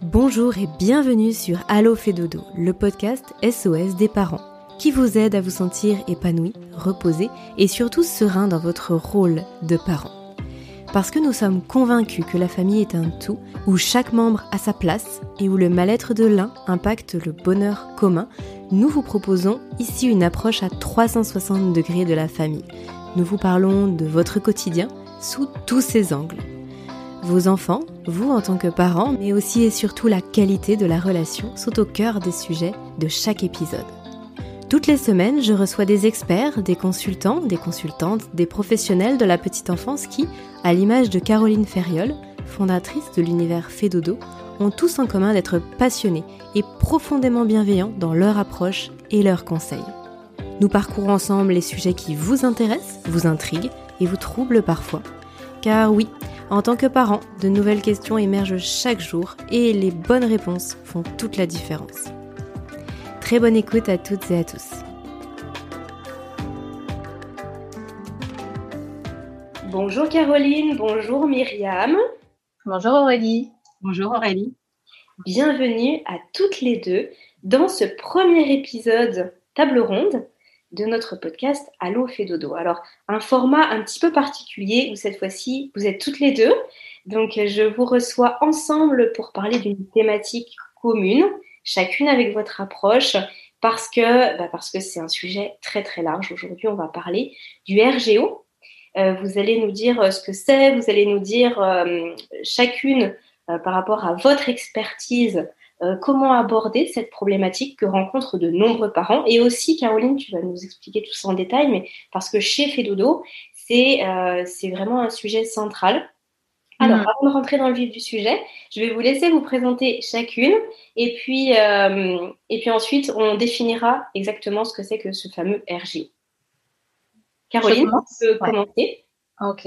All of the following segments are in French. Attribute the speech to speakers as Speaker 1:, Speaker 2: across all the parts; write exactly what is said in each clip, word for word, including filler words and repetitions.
Speaker 1: Bonjour et bienvenue sur Allo fait dodo, le podcast S O S des parents, qui vous aide à vous sentir épanoui, reposé et surtout serein dans votre rôle de parent. Parce que nous sommes convaincus que la famille est un tout, où chaque membre a sa place et où le mal-être de l'un impacte le bonheur commun, nous vous proposons ici une approche à trois cent soixante degrés de la famille. Nous vous parlons de votre quotidien sous tous ses angles. Vos enfants, vous en tant que parents, mais aussi et surtout la qualité de la relation sont au cœur des sujets de chaque épisode. Toutes les semaines, je reçois des experts, des consultants, des consultantes, des professionnels de la petite enfance qui, à l'image de Caroline Ferriol, fondatrice de l'univers Fait Dodo, ont tous en commun d'être passionnés et profondément bienveillants dans leur approche et leurs conseils. Nous parcourons ensemble les sujets qui vous intéressent, vous intriguent et vous troublent parfois. Car oui, en tant que parent, de nouvelles questions émergent chaque jour et les bonnes réponses font toute la différence. Très bonne écoute à toutes et à tous. Bonjour Caroline, bonjour Myriam.
Speaker 2: Bonjour Aurélie.
Speaker 3: Bonjour Aurélie.
Speaker 1: Bienvenue à toutes les deux dans ce premier épisode table ronde de notre podcast Allo fait dodo. Alors, un format un petit peu particulier où cette fois-ci, vous êtes toutes les deux. Donc, je vous reçois ensemble pour parler d'une thématique commune, chacune avec votre approche, parce que, bah parce que c'est un sujet très très large. Aujourd'hui, on va parler du R G O. Euh, vous allez nous dire ce que c'est, vous allez nous dire euh, chacune euh, par rapport à votre expertise, Euh, comment aborder cette problématique que rencontrent de nombreux parents. Et aussi, Caroline, tu vas nous expliquer tout ça en détail, mais parce que chez Fait Dodo, c'est, euh, c'est vraiment un sujet central. Alors, mmh. avant de rentrer dans le vif du sujet, je vais vous laisser vous présenter chacune, et puis, euh, et puis ensuite, on définira exactement ce que c'est que ce fameux R G O. Caroline, tu peux
Speaker 2: ouais.
Speaker 1: commencer.
Speaker 2: Ok.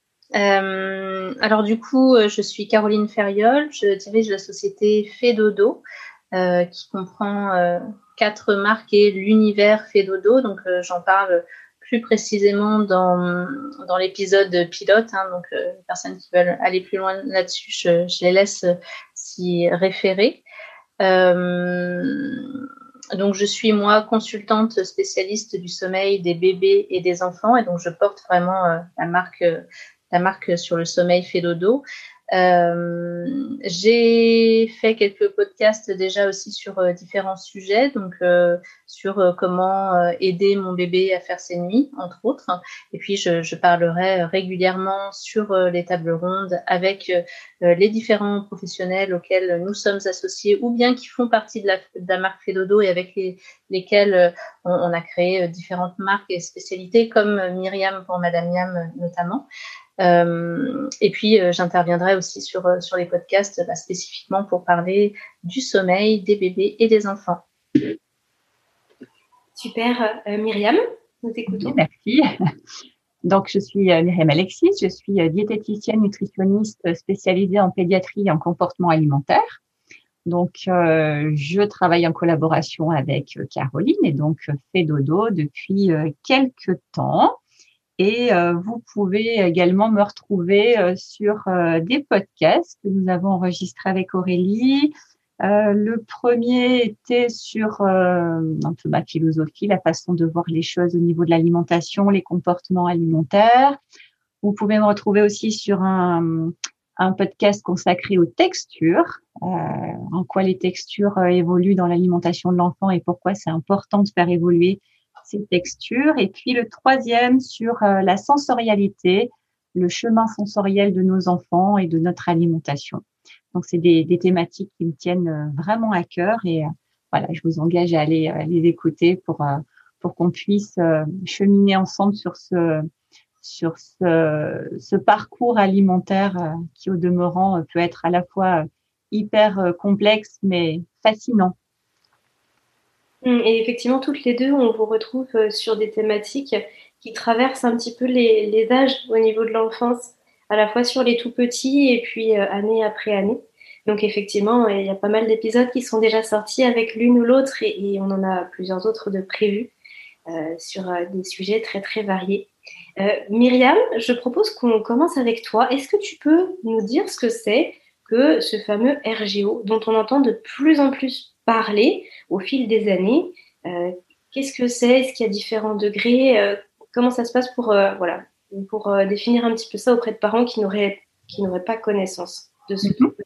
Speaker 2: Euh, alors du coup, je suis Caroline Ferriol, je dirige la société Fait Dodo, euh, qui comprend euh, quatre marques et l'univers Fait Dodo. Donc euh, j'en parle plus précisément dans, dans l'épisode pilote. Hein, donc euh, les personnes qui veulent aller plus loin là-dessus, je, je les laisse s'y référer. Euh, donc je suis moi consultante spécialiste du sommeil des bébés et des enfants, et donc je porte vraiment euh, la marque euh, la marque sur le sommeil Fait Dodo. Euh, j'ai fait quelques podcasts déjà aussi sur euh, différents sujets, donc euh, sur euh, comment euh, aider mon bébé à faire ses nuits, entre autres. Et puis, je, je parlerai régulièrement sur euh, les tables rondes avec euh, les différents professionnels auxquels nous sommes associés ou bien qui font partie de la, de la marque Fait Dodo et avec les, lesquels euh, on, on a créé euh, différentes marques et spécialités, comme Myriam pour Madame Miam notamment. Euh, et puis euh, j'interviendrai aussi sur, euh, sur les podcasts bah, spécifiquement pour parler du sommeil des bébés et des enfants.
Speaker 1: Super. Euh, Myriam, nous t'écoutons.
Speaker 3: Merci. Donc, je suis euh, Myriam Alexis, je suis euh, diététicienne nutritionniste spécialisée en pédiatrie et en comportement alimentaire. Donc, euh, je travaille en collaboration avec euh, Caroline et donc euh, Fait Dodo depuis euh, quelques temps. Et euh, vous pouvez également me retrouver euh, sur euh, des podcasts que nous avons enregistrés avec Aurélie. Euh, le premier était sur euh, un peu ma philosophie, la façon de voir les choses au niveau de l'alimentation, les comportements alimentaires. Vous pouvez me retrouver aussi sur un, un podcast consacré aux textures, euh, en quoi les textures euh, évoluent dans l'alimentation de l'enfant et pourquoi c'est important de faire évoluer ces textures. Et puis le troisième sur euh, la sensorialité, le chemin sensoriel de nos enfants et de notre alimentation. Donc, c'est des, des thématiques qui me tiennent euh, vraiment à cœur et euh, voilà, je vous engage à aller euh, les écouter pour euh, pour qu'on puisse euh, cheminer ensemble sur ce sur ce, ce parcours alimentaire euh, qui, au demeurant, euh, peut être à la fois euh, hyper euh, complexe mais fascinant.
Speaker 1: Et effectivement, toutes les deux, on vous retrouve sur des thématiques qui traversent un petit peu les, les âges au niveau de l'enfance, à la fois sur les tout petits et puis euh, année après année. Donc effectivement, il y a pas mal d'épisodes qui sont déjà sortis avec l'une ou l'autre et, et on en a plusieurs autres de prévus euh, sur euh, des sujets très très variés. Euh, Myriam, je propose qu'on commence avec toi. Est-ce que tu peux nous dire ce que c'est que
Speaker 4: que ce fameux R G O dont on entend de plus en plus parler au fil des années. Euh, qu'est-ce que c'est? Est-ce qu'il y a différents degrés? euh, Comment ça se passe pour, euh, voilà, pour euh, définir un petit peu ça auprès de parents qui n'auraient, qui n'auraient pas connaissance de ce
Speaker 3: Mm-hmm.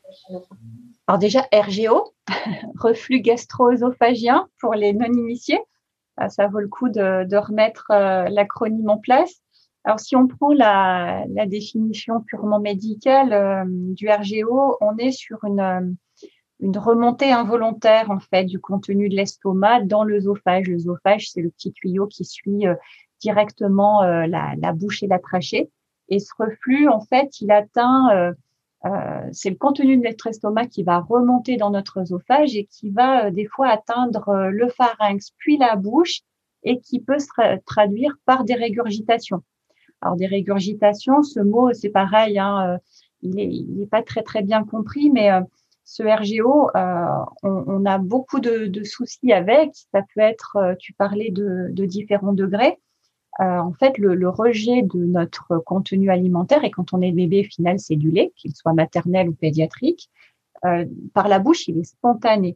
Speaker 3: Alors déjà, R G O, reflux gastro-œsophagien pour les non-initiés. Ça vaut le coup de, de remettre euh, l'acronyme en place. Alors, si on prend la, la définition purement médicale euh, du R G O, on est sur une, euh, une remontée involontaire, en fait, du contenu de l'estomac dans l'œsophage. L'œsophage, c'est le petit tuyau qui suit euh, directement euh, la, la bouche et la trachée. Et ce reflux, en fait, il atteint... Euh, Euh, c'est le contenu de notre estomac qui va remonter dans notre œsophage et qui va euh, des fois atteindre euh, le pharynx puis la bouche et qui peut se tra- traduire par des régurgitations. Alors des régurgitations, ce mot c'est pareil, hein, euh, il est, il est pas très très bien compris, mais euh, ce R G O, euh, on, on a beaucoup de, de soucis avec. Ça peut être, euh, tu parlais de, de différents degrés. Euh, en fait, le, le rejet de notre contenu alimentaire, et quand on est bébé, au final, c'est du lait, qu'il soit maternel ou pédiatrique, euh, par la bouche, il est spontané.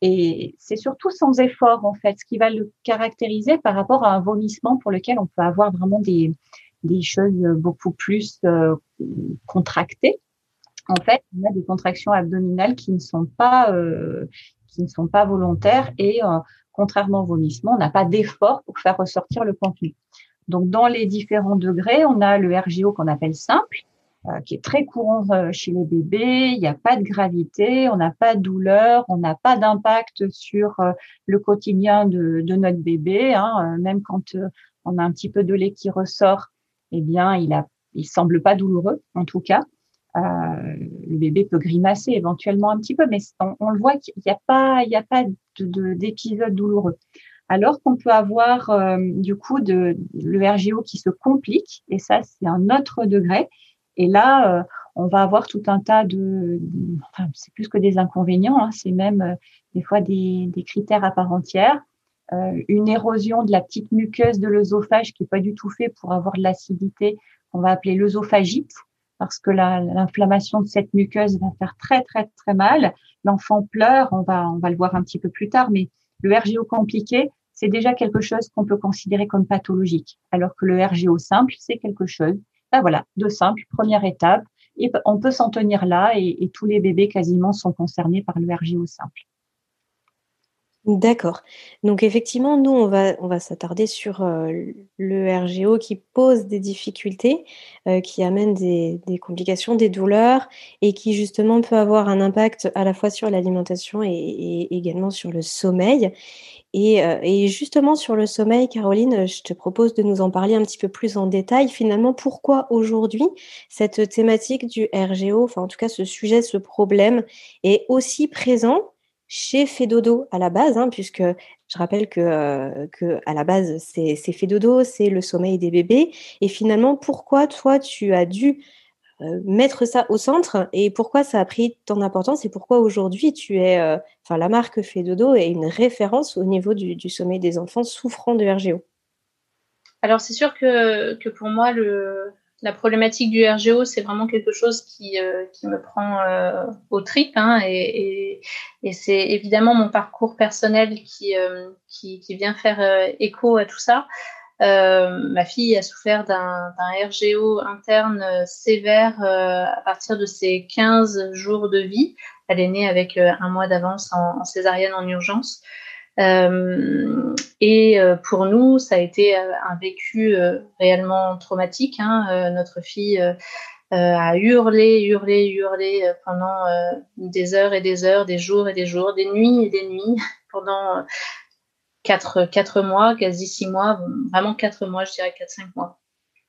Speaker 3: Et c'est surtout sans effort, en fait, ce qui va le caractériser par rapport à un vomissement pour lequel on peut avoir vraiment des, des choses beaucoup plus euh, contractées. En fait, on a des contractions abdominales qui ne sont pas, euh, qui ne sont pas volontaires et, euh, contrairement au vomissement, on n'a pas d'effort pour faire ressortir le contenu. Donc, dans les différents degrés, on a le R G O qu'on appelle simple, euh, qui est très courant euh, chez les bébés. Il n'y a pas de gravité, on n'a pas de douleur, on n'a pas d'impact sur euh, le quotidien de, de notre bébé. Hein. Euh, même quand euh, on a un petit peu de lait qui ressort, eh bien, il a, il semble pas douloureux, en tout cas. Euh, le bébé peut grimacer éventuellement un petit peu, mais on, on le voit qu'il n'y a pas, il n'y a pas de, de, d'épisode douloureux. Alors qu'on peut avoir euh, du coup de, le R G O qui se complique, et ça c'est un autre degré. Et là, euh, on va avoir tout un tas de, enfin c'est plus que des inconvénients, hein, c'est même euh, des fois des, des critères à part entière. Euh, une érosion de la petite muqueuse de l'œsophage qui est pas du tout fait pour avoir de l'acidité, qu'on va appeler l'œsophagite, parce que la, l'inflammation de cette muqueuse va faire très très très mal. L'enfant pleure, on va on va le voir un petit peu plus tard, mais le R G O compliqué, c'est déjà quelque chose qu'on peut considérer comme pathologique, alors que le R G O simple, c'est quelque chose, ben voilà, de simple, première étape, et on peut s'en tenir là, et, et tous les bébés quasiment sont concernés par le R G O simple.
Speaker 1: D'accord. Donc effectivement, nous, on va, on va s'attarder sur euh, le R G O qui pose des difficultés, euh, qui amène des, des complications, des douleurs, et qui justement peut avoir un impact à la fois sur l'alimentation et, et également sur le sommeil. Et, euh, et justement sur le sommeil, Caroline, je te propose de nous en parler un petit peu plus en détail. Finalement, pourquoi aujourd'hui cette thématique du R G O, enfin en tout cas ce sujet, ce problème, est aussi présent chez Fedodo à la base, hein, puisque je rappelle que, euh, que à la base, c'est, c'est Fedodo, c'est le sommeil des bébés. Et finalement, pourquoi toi, tu as dû euh, mettre ça au centre et pourquoi ça a pris tant d'importance et pourquoi aujourd'hui, tu es, euh, enfin, la marque Fedodo est une référence au niveau du, du sommeil des enfants souffrant de R G O.
Speaker 2: Alors, c'est sûr que, que pour moi, le, la problématique du R G O, c'est vraiment quelque chose qui, euh, qui me prend euh, aux tripes. Hein, et, et, et c'est évidemment mon parcours personnel qui, euh, qui, qui vient faire euh, écho à tout ça. Euh, ma fille a souffert d'un, d'un R G O interne euh, sévère euh, à partir de ses quinze jours de vie. Elle est née avec euh, un mois d'avance en, en césarienne en urgence. Euh, et euh, pour nous, ça a été euh, un vécu euh, réellement traumatique. Hein. Euh, notre fille euh, euh, a hurlé, hurlé, hurlé euh, pendant euh, des heures et des heures, des jours et des jours, des nuits et des nuits, pendant euh, quatre, quatre mois, quasi six mois, vraiment quatre mois, je dirais quatre, cinq mois.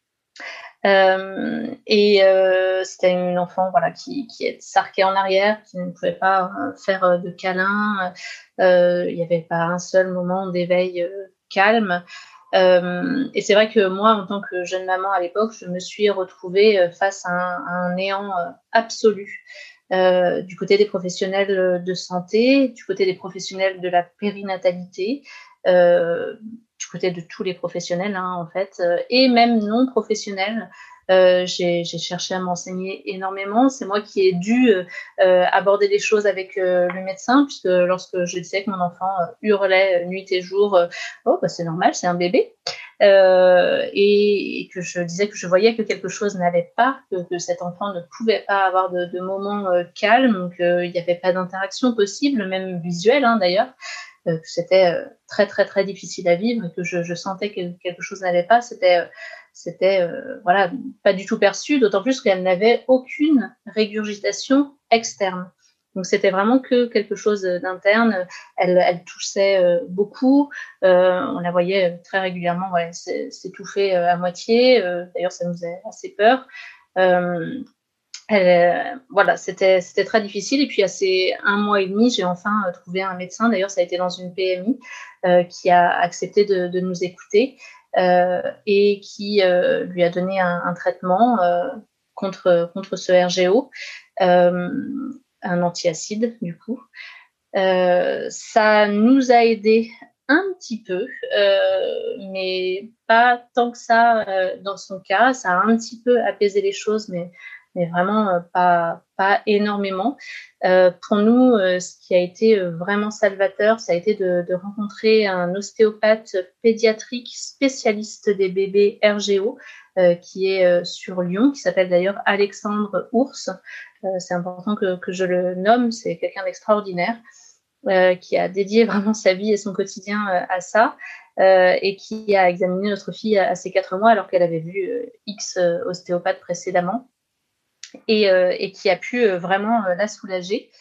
Speaker 2: Euh, et euh, c'était une enfant voilà, qui, qui est sarquée en arrière, qui ne pouvait pas euh, faire de câlins. Euh, il n'y avait pas un seul moment d'éveil euh, calme. Euh, et c'est vrai que moi, en tant que jeune maman à l'époque, je me suis retrouvée face à un, à un néant euh, absolu. Euh, du côté des professionnels de santé, du côté des professionnels de la périnatalité, euh, du côté de tous les professionnels, hein, en fait, euh, et même non professionnels, Euh, j'ai, j'ai cherché à m'enseigner énormément. C'est moi qui ai dû euh, aborder les choses avec euh, le médecin, puisque lorsque je disais que mon enfant euh, hurlait nuit et jour, euh, oh bah c'est normal, c'est un bébé. Euh, et, et que je disais que je voyais que quelque chose n'allait pas, que, que cet enfant ne pouvait pas avoir de, de moments euh, calmes, qu'il n'y avait pas d'interaction possible, même visuelle hein, d'ailleurs, euh, que c'était euh, très très très difficile à vivre et que je, je sentais que quelque chose n'allait pas. C'était, euh, c'était euh, voilà, pas du tout perçu, d'autant plus qu'elle n'avait aucune régurgitation externe. Donc, c'était vraiment que quelque chose d'interne. Elle, elle toussait euh, beaucoup. Euh, on la voyait très régulièrement ouais, s'étouffer euh, à moitié. Euh, d'ailleurs, ça nous faisait assez peur. Euh, elle, voilà, c'était, c'était très difficile. Et puis, à ces un mois et demi, j'ai enfin euh, trouvé un médecin. D'ailleurs, ça a été dans une P M I euh, qui a accepté de, de nous écouter euh, et qui euh, lui a donné un, un traitement euh, contre, contre ce R G O. Euh, un antiacide du coup. Euh, ça nous a aidé un petit peu, euh, mais pas tant que ça euh, dans son cas. Ça a un petit peu apaisé les choses, mais, mais vraiment euh, pas, pas énormément. Euh, pour nous, euh, ce qui a été euh, vraiment salvateur, ça a été de, de rencontrer un ostéopathe pédiatrique spécialiste des bébés R G O, euh, qui est euh, sur Lyon, qui s'appelle d'ailleurs Alexandre Ours. Euh, c'est important que, que je le nomme, c'est quelqu'un d'extraordinaire euh, qui a dédié vraiment sa vie et son quotidien euh, à ça euh, et qui a examiné notre fille à, à ses quatre mois alors qu'elle avait vu euh, X euh, ostéopathes précédemment et, euh, et qui a pu euh, vraiment euh, la soulager.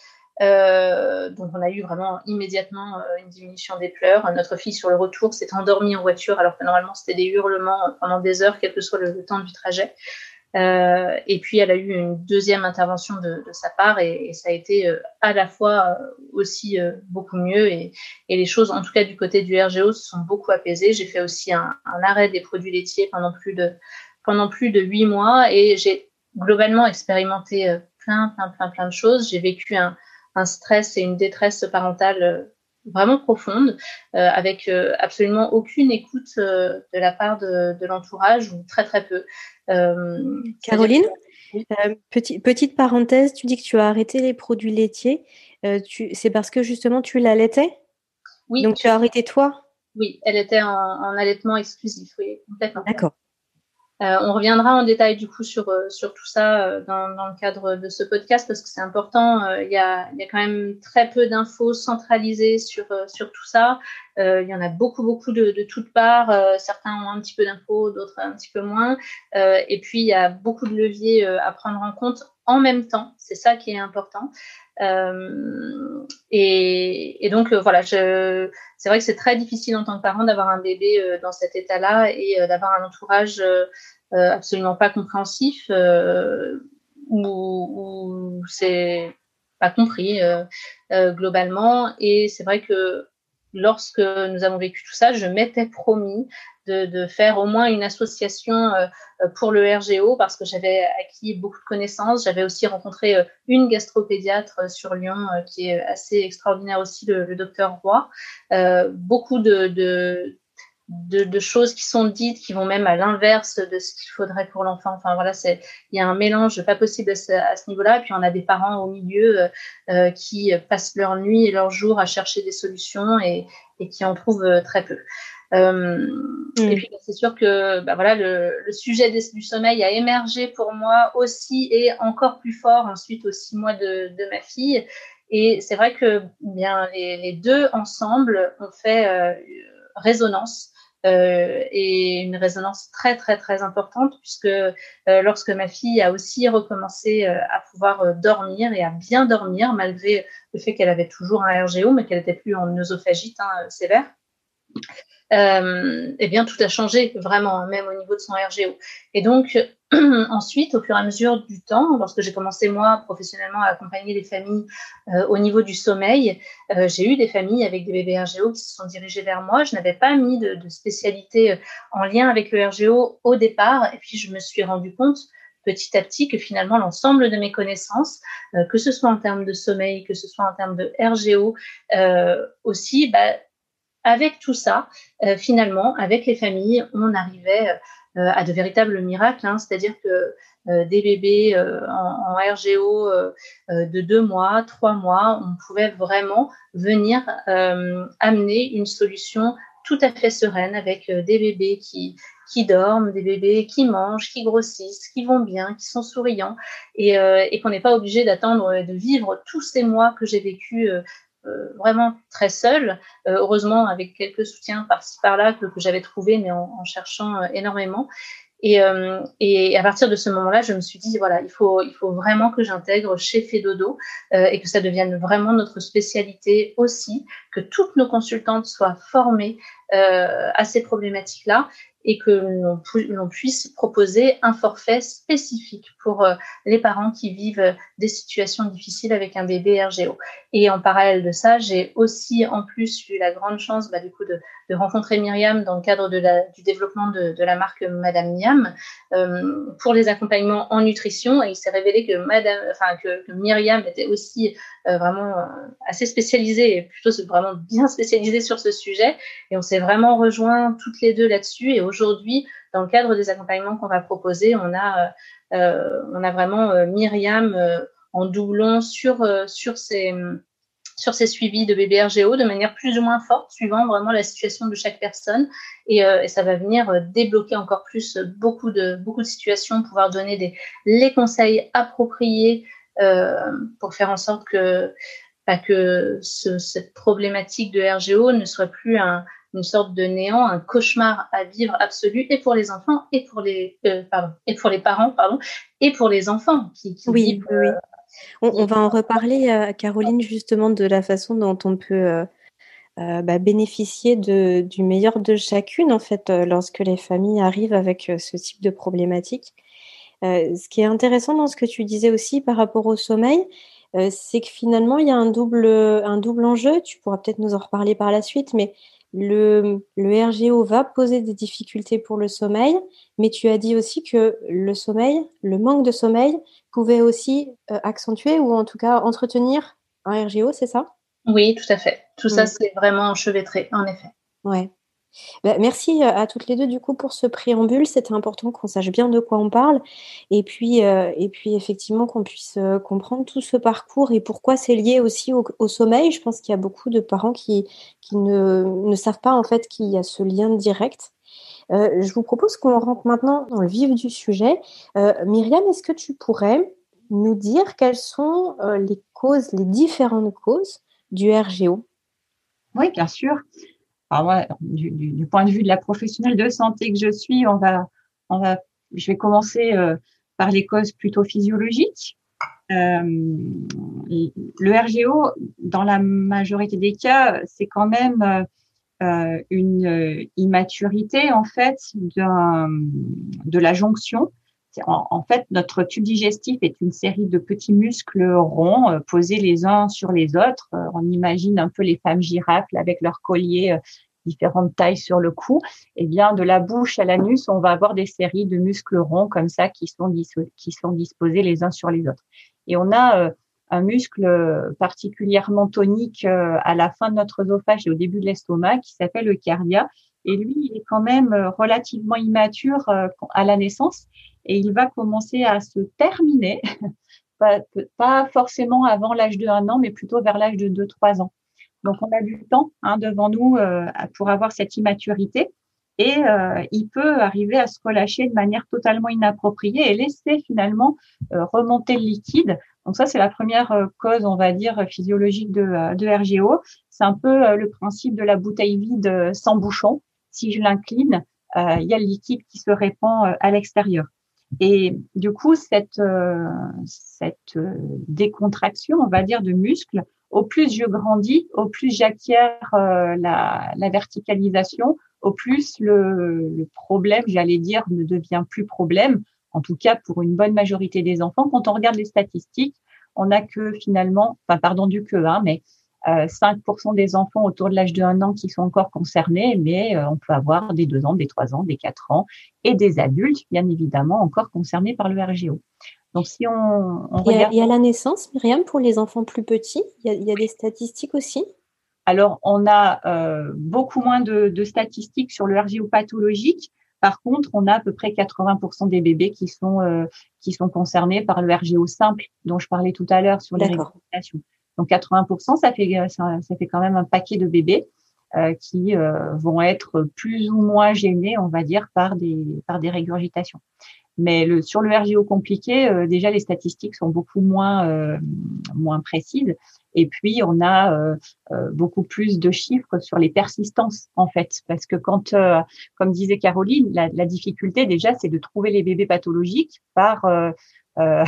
Speaker 2: Euh, donc on a eu vraiment immédiatement euh, une diminution des pleurs. Notre fille sur le retour s'est endormie en voiture alors que normalement c'était des hurlements pendant des heures, quel que soit le, le temps du trajet. Euh, et puis elle a eu une deuxième intervention de, de sa part et, et ça a été euh, à la fois euh, aussi euh, beaucoup mieux et, et les choses en tout cas du côté du R G O se sont beaucoup apaisées. J'ai fait aussi un, un arrêt des produits laitiers pendant plus de pendant plus de huit mois et j'ai globalement expérimenté euh, plein plein plein plein de choses. J'ai vécu un, un stress et une détresse parentale euh, vraiment profonde, euh, avec euh, absolument aucune écoute euh, de la part de, de l'entourage, ou très très peu. Euh,
Speaker 1: Caroline,
Speaker 2: que...
Speaker 1: euh, petit, petite parenthèse, tu dis que tu as arrêté les produits laitiers. Euh, tu, c'est parce que justement tu l'allaitais?
Speaker 2: Oui.
Speaker 1: Donc tu as arrêté toi?
Speaker 2: Oui, elle était en, en allaitement exclusif, oui, complètement.
Speaker 1: D'accord.
Speaker 2: Euh, on reviendra en détail du coup sur, euh, sur tout ça euh, dans, dans le cadre de ce podcast parce que c'est important. Il euh, y, a, y a quand même très peu d'infos centralisées sur, euh, sur tout ça. Il euh, y en a beaucoup, beaucoup de, de toutes parts. Euh, certains ont un petit peu d'infos, d'autres un petit peu moins. Euh, et puis, il y a beaucoup de leviers euh, à prendre en compte en même temps. C'est ça qui est important. Euh, et, et donc, euh, voilà, je, c'est vrai que c'est très difficile en tant que parent d'avoir un bébé euh, dans cet état-là et euh, d'avoir un entourage euh, euh, absolument pas compréhensif euh, ou, ou c'est pas compris euh, euh, globalement. Et c'est vrai que lorsque nous avons vécu tout ça, je m'étais promis de, de faire au moins une association euh, pour le R G O parce que j'avais acquis beaucoup de connaissances. J'avais aussi rencontré euh, une gastropédiatre sur Lyon euh, qui est assez extraordinaire aussi, le, le docteur Roy. Euh, beaucoup de, de, de, de choses qui sont dites qui vont même à l'inverse de ce qu'il faudrait pour l'enfant. Enfin voilà, c'est, il y a un mélange pas possible à ce, à ce niveau-là. Et puis on a des parents au milieu euh, euh, qui passent leur nuit et leur jour à chercher des solutions et, et qui en trouvent euh, très peu. Euh, mmh. Et puis c'est sûr que bah, voilà, le, le sujet des, du sommeil a émergé pour moi aussi et encore plus fort ensuite aux six mois de, de ma fille. Et c'est vrai que bien les, les deux ensemble ont fait euh, résonance. Euh, et une résonance très très très importante puisque euh, lorsque ma fille a aussi recommencé euh, à pouvoir euh, dormir et à bien dormir malgré le fait qu'elle avait toujours un R G O mais qu'elle n'était plus en œsophagite hein, sévère, euh, eh bien tout a changé vraiment, même au niveau de son R G O. Et donc ensuite, au fur et à mesure du temps, lorsque j'ai commencé moi professionnellement à accompagner les familles euh, au niveau du sommeil, euh, j'ai eu des familles avec des bébés R G O qui se sont dirigées vers moi. Je n'avais pas mis de, de spécialité en lien avec le R G O au départ, et puis je me suis rendu compte petit à petit que finalement l'ensemble de mes connaissances, euh, que ce soit en termes de sommeil, que ce soit en termes de R G O, euh, aussi, bah, avec tout ça, euh, finalement, avec les familles, on arrivait euh, à de véritables miracles, hein, c'est-à-dire que euh, des bébés euh, en, en R G O euh, euh, de deux mois, trois mois, on pouvait vraiment venir euh, amener une solution tout à fait sereine avec euh, des bébés qui, qui dorment, des bébés qui mangent, qui grossissent, qui vont bien, qui sont souriants, et, euh, et qu'on n'est pas obligé d'attendre de vivre tous ces mois que j'ai vécu euh, euh, vraiment très seule, euh, heureusement avec quelques soutiens par-ci par-là que, que j'avais trouvé, mais en, en cherchant euh, énormément. Et, euh, et à partir de ce moment-là, je me suis dit, voilà, il faut, il faut vraiment que j'intègre chez Fedodo euh, et que ça devienne vraiment notre spécialité aussi, que toutes nos consultantes soient formées euh, à ces problématiques-là et que l'on, l'on puisse proposer un forfait spécifique pour euh, les parents qui vivent des situations difficiles avec un bébé R G O. Et en parallèle de ça, j'ai aussi en plus eu la grande chance bah, du coup de, de rencontrer Myriam dans le cadre de la, du développement de, de la marque Madame Miam euh, pour les accompagnements en nutrition. Et il s'est révélé que, Madame, enfin, que, que Myriam était aussi euh, vraiment euh, assez spécialisée et plutôt vraiment bien spécialisée sur ce sujet. Et on s'est vraiment rejoints toutes les deux là-dessus. Et aujourd'hui, dans le cadre des accompagnements qu'on va proposer, on a, euh, on a vraiment euh, Myriam euh, en doublon sur, euh, sur, ces, sur ces suivis de bébés R G O de manière plus ou moins forte, suivant vraiment la situation de chaque personne. Et, euh, et ça va venir euh, débloquer encore plus beaucoup de, beaucoup de situations, pouvoir donner des, les conseils appropriés euh, pour faire en sorte que, bah, que ce, cette problématique de R G O ne soit plus un une sorte de néant, un cauchemar à vivre absolu, et pour les enfants, et pour les, euh, pardon, et pour les parents, pardon, et pour les enfants qui, qui
Speaker 1: oui,
Speaker 2: vivent.
Speaker 1: Oui, oui. On, on va en reparler, euh, Caroline, justement, de la façon dont on peut euh, euh, bah, bénéficier de, du meilleur de chacune, en fait, euh, lorsque les familles arrivent avec euh, ce type de problématique. Euh, ce qui est intéressant dans ce que tu disais aussi par rapport au sommeil, euh, c'est que finalement, il y a un double, un double enjeu. Tu pourras peut-être nous en reparler par la suite, mais le, le R G O va poser des difficultés pour le sommeil, mais tu as dit aussi que le sommeil, le manque de sommeil, pouvait aussi euh, accentuer ou en tout cas entretenir un R G O, c'est ça?
Speaker 2: Oui, tout à fait. Tout
Speaker 1: Mm.
Speaker 2: ça, c'est vraiment enchevêtré, en effet.
Speaker 1: Ouais. Bah, merci à toutes les deux du coup pour ce préambule. C'était important qu'on sache bien de quoi on parle et puis, euh, et puis effectivement qu'on puisse euh, comprendre tout ce parcours et pourquoi c'est lié aussi au, au sommeil. Je pense qu'il y a beaucoup de parents qui, qui ne, ne savent pas en fait qu'il y a ce lien direct. Euh, je vous propose qu'on rentre maintenant dans le vif du sujet. Euh, Myriam, est-ce que tu pourrais nous dire quelles sont euh, les causes, les différentes causes du R G O?
Speaker 3: Oui, bien sûr. Alors moi, du, du, du point de vue de la professionnelle de santé que je suis, on va, on va, je vais commencer euh, par les causes plutôt physiologiques. Euh, le R G O, dans la majorité des cas, c'est quand même euh, une immaturité en fait d'un, de la jonction. En, en fait, notre tube digestif est une série de petits muscles ronds euh, posés les uns sur les autres. Euh, on imagine un peu les femmes girafes là, avec leurs colliers euh, différentes tailles sur le cou. Et bien, de la bouche à l'anus, on va avoir des séries de muscles ronds comme ça qui sont, dis- qui sont disposés les uns sur les autres. Et on a euh, un muscle particulièrement tonique euh, à la fin de notre œsophage et au début de l'estomac qui s'appelle le cardia. Et lui, il est quand même relativement immature euh, à la naissance. Et il va commencer à se terminer, pas, pas forcément avant l'âge de un an, mais plutôt vers l'âge de deux trois ans. Donc, on a du temps hein, devant nous euh, pour avoir cette immaturité et euh, il peut arriver à se relâcher de manière totalement inappropriée et laisser finalement euh, remonter le liquide. Donc ça, c'est la première euh, cause, on va dire, physiologique de, de R G O. C'est un peu euh, le principe de la bouteille vide sans bouchon. Si je l'incline, euh, il y a le liquide qui se répand euh, à l'extérieur. Et du coup, cette, euh, cette euh, décontraction, on va dire, de muscles, au plus je grandis, au plus j'acquiers euh, la, la verticalisation, au plus le, le problème, j'allais dire, ne devient plus problème. En tout cas, pour une bonne majorité des enfants, quand on regarde les statistiques, on n'a que finalement, enfin, pardon du que, hein, mais euh, cinq pour cent des enfants autour de l'âge de un an qui sont encore concernés, mais euh, on peut avoir des deux ans, des trois ans, des quatre ans et des adultes, bien évidemment, encore concernés par le R G O. Donc, si on, on
Speaker 1: et,
Speaker 3: regarde...
Speaker 1: à, et à la naissance, Myriam, pour les enfants plus petits, il y a, il y a des statistiques aussi?
Speaker 3: Alors, on a euh, beaucoup moins de, de statistiques sur le R G O pathologique. Par contre, on a à peu près quatre-vingts pour cent des bébés qui sont euh, qui sont concernés par le R G O simple dont je parlais tout à l'heure sur les
Speaker 1: D'accord.
Speaker 3: régurgitations. Donc quatre-vingts pour cent, ça fait ça, ça fait quand même un paquet de bébés euh, qui euh, vont être plus ou moins gênés, on va dire, par des par des régurgitations. Mais le, sur le R G O compliqué, euh, déjà les statistiques sont beaucoup moins euh, moins précises. Et puis on a euh, euh, beaucoup plus de chiffres sur les persistances en fait, parce que quand, euh, comme disait Caroline, la, la difficulté déjà c'est de trouver les bébés pathologiques par euh, euh,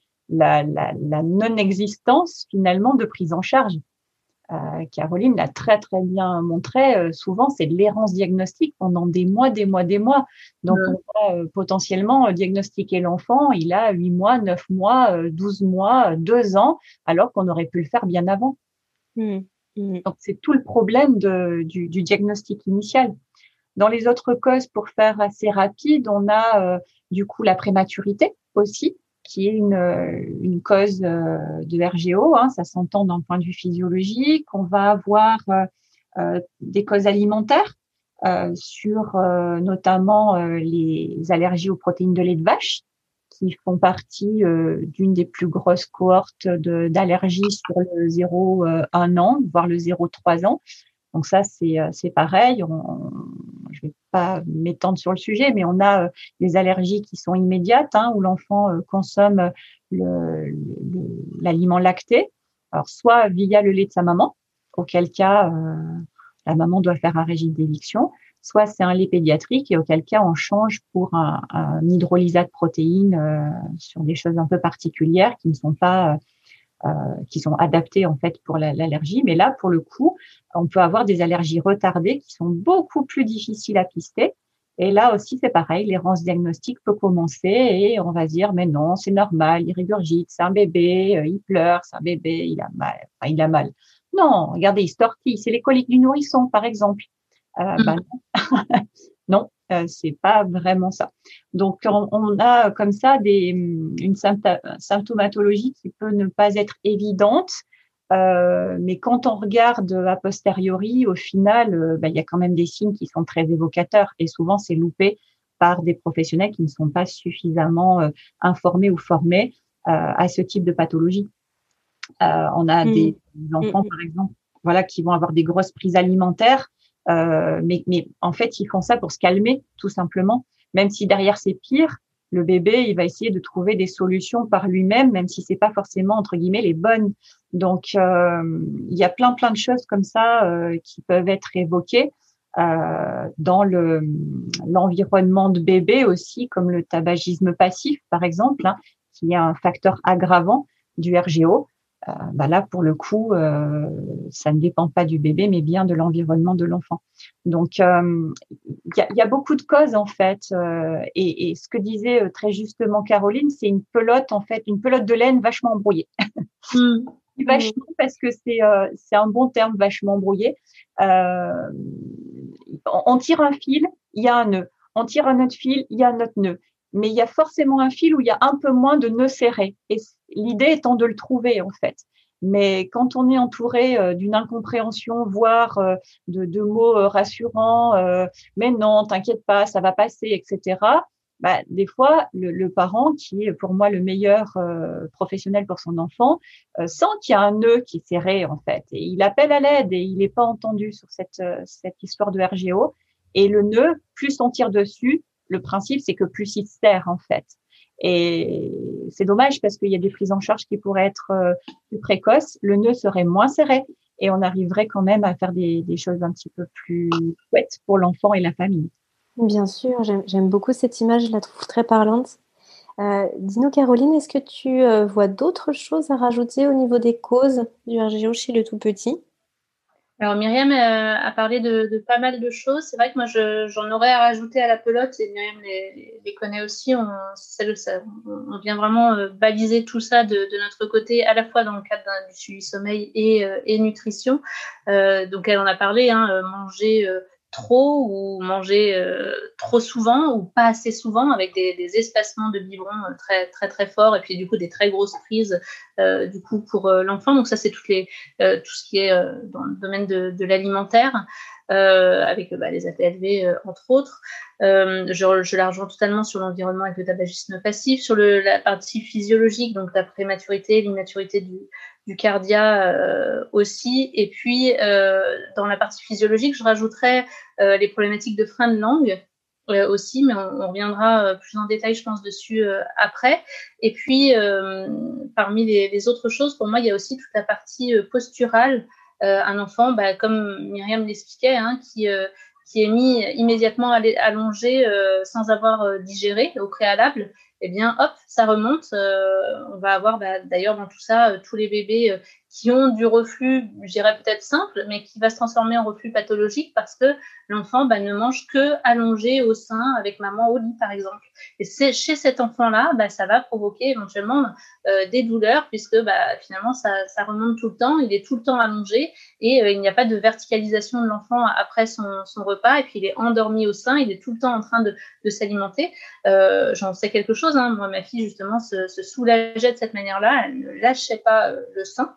Speaker 3: la, la, la non-existence finalement de prise en charge. Euh, Caroline l'a très très bien montré. Euh, souvent, c'est de l'errance diagnostique pendant des mois, des mois, des mois. Donc,
Speaker 2: Mmh.
Speaker 3: on va euh, potentiellement euh, diagnostiquer l'enfant. Il a huit mois, neuf mois, euh, douze mois, euh, deux ans, alors qu'on aurait pu le faire bien avant.
Speaker 1: Mmh. Mmh.
Speaker 3: Donc, c'est tout le problème de, du, du diagnostic initial. Dans les autres causes, pour faire assez rapide, on a euh, du coup la prématurité aussi, qui est une, une cause euh, de R G O. Hein, ça s'entend d'un point de vue physiologique. On va avoir euh, euh, des causes alimentaires euh, sur euh, notamment euh, les allergies aux protéines de lait de vache, qui font partie euh, d'une des plus grosses cohortes de, d'allergies sur le zéro un an, voire le zéro trois ans. Donc ça, c'est, c'est pareil. On, je vais pas m'étendre sur le sujet, mais on a euh, des allergies qui sont immédiates, hein, où l'enfant euh, consomme le, le, l'aliment lacté, alors soit via le lait de sa maman, auquel cas euh, la maman doit faire un régime d'éviction, soit c'est un lait pédiatrique et auquel cas on change pour un, un hydrolysat de protéines euh, sur des choses un peu particulières qui ne sont pas euh, Euh, qui sont adaptés en fait pour la, l'allergie. Mais là, pour le coup, on peut avoir des allergies retardées qui sont beaucoup plus difficiles à pister. Et là aussi, c'est pareil, l'errance diagnostique peut commencer et on va dire, mais non, c'est normal, il régurgite, c'est un bébé, euh, il pleure, c'est un bébé, il a mal. Enfin, il a mal. Non, regardez, il se tortille, c'est les coliques du nourrisson, par exemple. Euh,
Speaker 2: Mmh.
Speaker 3: bah non, non euh, c'est pas vraiment ça. Donc, on, on a comme ça des, une symptomatologie qui peut ne pas être évidente, euh, mais quand on regarde a posteriori, au final, euh, bah, il y a quand même des signes qui sont très évocateurs et souvent c'est loupé par des professionnels qui ne sont pas suffisamment euh, informés ou formés euh, à ce type de pathologie. Euh, on a mmh. des enfants, mmh. par exemple, voilà, qui vont avoir des grosses prises alimentaires. Euh, mais, mais en fait, ils font ça pour se calmer, tout simplement. Même si derrière c'est pire, le bébé, il va essayer de trouver des solutions par lui-même, même si c'est pas forcément entre guillemets les bonnes. Donc, euh, il y a plein plein de choses comme ça euh, qui peuvent être évoquées euh, dans le l'environnement de bébé aussi, comme le tabagisme passif, par exemple, hein, qui est un facteur aggravant du R G O. Euh, bah là, pour le coup, euh, ça ne dépend pas du bébé, mais bien de l'environnement de l'enfant. Donc, il euh, y, a, y a beaucoup de causes en fait, euh, et, et ce que disait euh, très justement Caroline, c'est une pelote en fait, une pelote de laine vachement embrouillée.
Speaker 2: Mmh.
Speaker 3: Vachement parce que c'est euh, c'est un bon terme, vachement embrouillé. Euh, on, on tire un fil, il y a un nœud. On tire un autre fil, il y a un autre nœud. Mais il y a forcément un fil où il y a un peu moins de nœuds serrés. Et l'idée étant de le trouver, en fait. Mais quand on est entouré euh, d'une incompréhension, voire euh, de, de mots euh, rassurants, euh, mais non, t'inquiète pas, ça va passer, et cetera. Bah, des fois, le, le parent, qui est pour moi le meilleur euh, professionnel pour son enfant, euh, sent qu'il y a un nœud qui est serré, en fait. Et il appelle à l'aide et il n'est pas entendu sur cette, euh, cette histoire de R G O. Et le nœud, plus on tire dessus, le principe, c'est que plus il se serre, en fait. Et c'est dommage parce qu'il y a des prises en charge qui pourraient être euh, plus précoces. Le nœud serait moins serré et on arriverait quand même à faire des, des choses un petit peu plus chouettes pour l'enfant et la famille.
Speaker 1: Bien sûr, j'aime, j'aime beaucoup cette image, je la trouve très parlante. Euh, dis-nous, Caroline, est-ce que tu euh, vois d'autres choses à rajouter au niveau des causes du R G O chez le tout petit ?
Speaker 2: Alors Myriam euh, a parlé de, de pas mal de choses. C'est vrai que moi je, j'en aurais à rajouter à la pelote et Myriam les, les connaît aussi. On, ça, ça, on vient vraiment euh, baliser tout ça de, de notre côté, à la fois dans le cadre d'un, du suivi sommeil et, euh, et nutrition. Euh, donc elle en a parlé, hein, manger euh, trop ou manger euh, trop souvent ou pas assez souvent avec des, des espacements de biberon très très très forts et puis du coup des très grosses prises euh, du coup pour euh, l'enfant. Donc ça, c'est toutes les, euh, tout ce qui est euh, dans le domaine de, de l'alimentaire, euh, avec bah, les A P L V euh, entre autres. Euh, je, je la rejoins totalement sur l'environnement avec le tabagisme passif, sur le, la partie physiologique, donc la prématurité, l'immaturité du, du cardia euh, aussi. Et puis, euh, dans la partie physiologique, je rajouterais euh, les problématiques de frein de langue euh, aussi, mais on, on reviendra euh, plus en détail, je pense, dessus euh, après. Et puis, euh, parmi les, les autres choses, pour moi, il y a aussi toute la partie euh, posturale. Euh, un enfant, bah, comme Myriam l'expliquait, hein, qui... Euh, qui est mis immédiatement allongé euh, sans avoir euh, digéré au préalable, eh bien, hop, ça remonte. Euh, on va avoir, bah, d'ailleurs, dans tout ça, euh, tous les bébés euh, qui ont du reflux, je dirais peut-être simple, mais qui va se transformer en reflux pathologique parce que l'enfant bah, ne mange que allongé au sein avec maman au lit, par exemple. Et c'est, chez cet enfant-là, bah, ça va provoquer éventuellement euh, des douleurs puisque bah, finalement, ça, ça remonte tout le temps, il est tout le temps allongé et euh, il n'y a pas de verticalisation de l'enfant après son, son repas et puis il est endormi au sein, il est tout le temps en train de, de s'alimenter. Euh, j'en sais quelque chose, hein. Moi, ma fille, justement, se, se soulageait de cette manière-là, elle ne lâchait pas euh, le sein.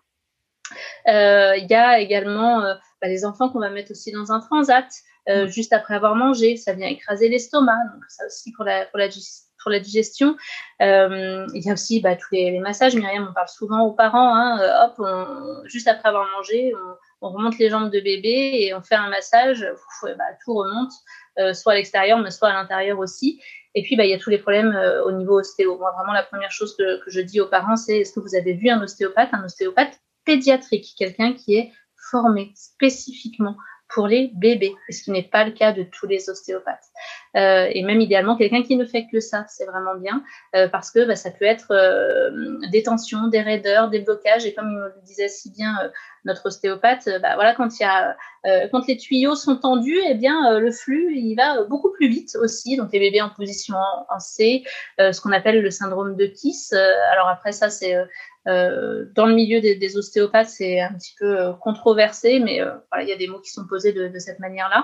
Speaker 2: Il euh, y a également euh, bah, les enfants qu'on va mettre aussi dans un transat euh, mmh. juste après avoir mangé, ça vient écraser l'estomac, donc ça aussi pour la, pour la, pour la digestion. Euh, il y a aussi bah, tous les, les massages. Myriam, on parle souvent aux parents, hein, euh, hop, on, juste après avoir mangé, on, on remonte les jambes de bébé et on fait un massage, ouf, ouais, bah, tout remonte, euh, soit à l'extérieur, mais soit à l'intérieur aussi. Et puis, bah, il y a tous les problèmes euh, au niveau ostéo. Moi, vraiment, la première chose que, que je dis aux parents, c'est est-ce que vous avez vu un ostéopathe, un ostéopathe pédiatrique, quelqu'un qui est formé spécifiquement pour les bébés, ce qui n'est pas le cas de tous les ostéopathes. Euh, et même idéalement, quelqu'un qui ne fait que ça, c'est vraiment bien, euh, parce que bah, ça peut être euh, des tensions, des raideurs, des blocages, et comme il me le disait si bien euh, notre ostéopathe, euh, bah, voilà, quand, il y a, euh, quand les tuyaux sont tendus, eh bien, euh, le flux, il va beaucoup plus vite aussi, donc les bébés en position en, en C, euh, ce qu'on appelle le syndrome de Kiss. Euh, alors après ça, c'est... Euh, Euh, dans le milieu des, des ostéopathes, c'est un petit peu euh, controversé, mais euh, voilà, il y a des mots qui sont posés de, de cette manière-là.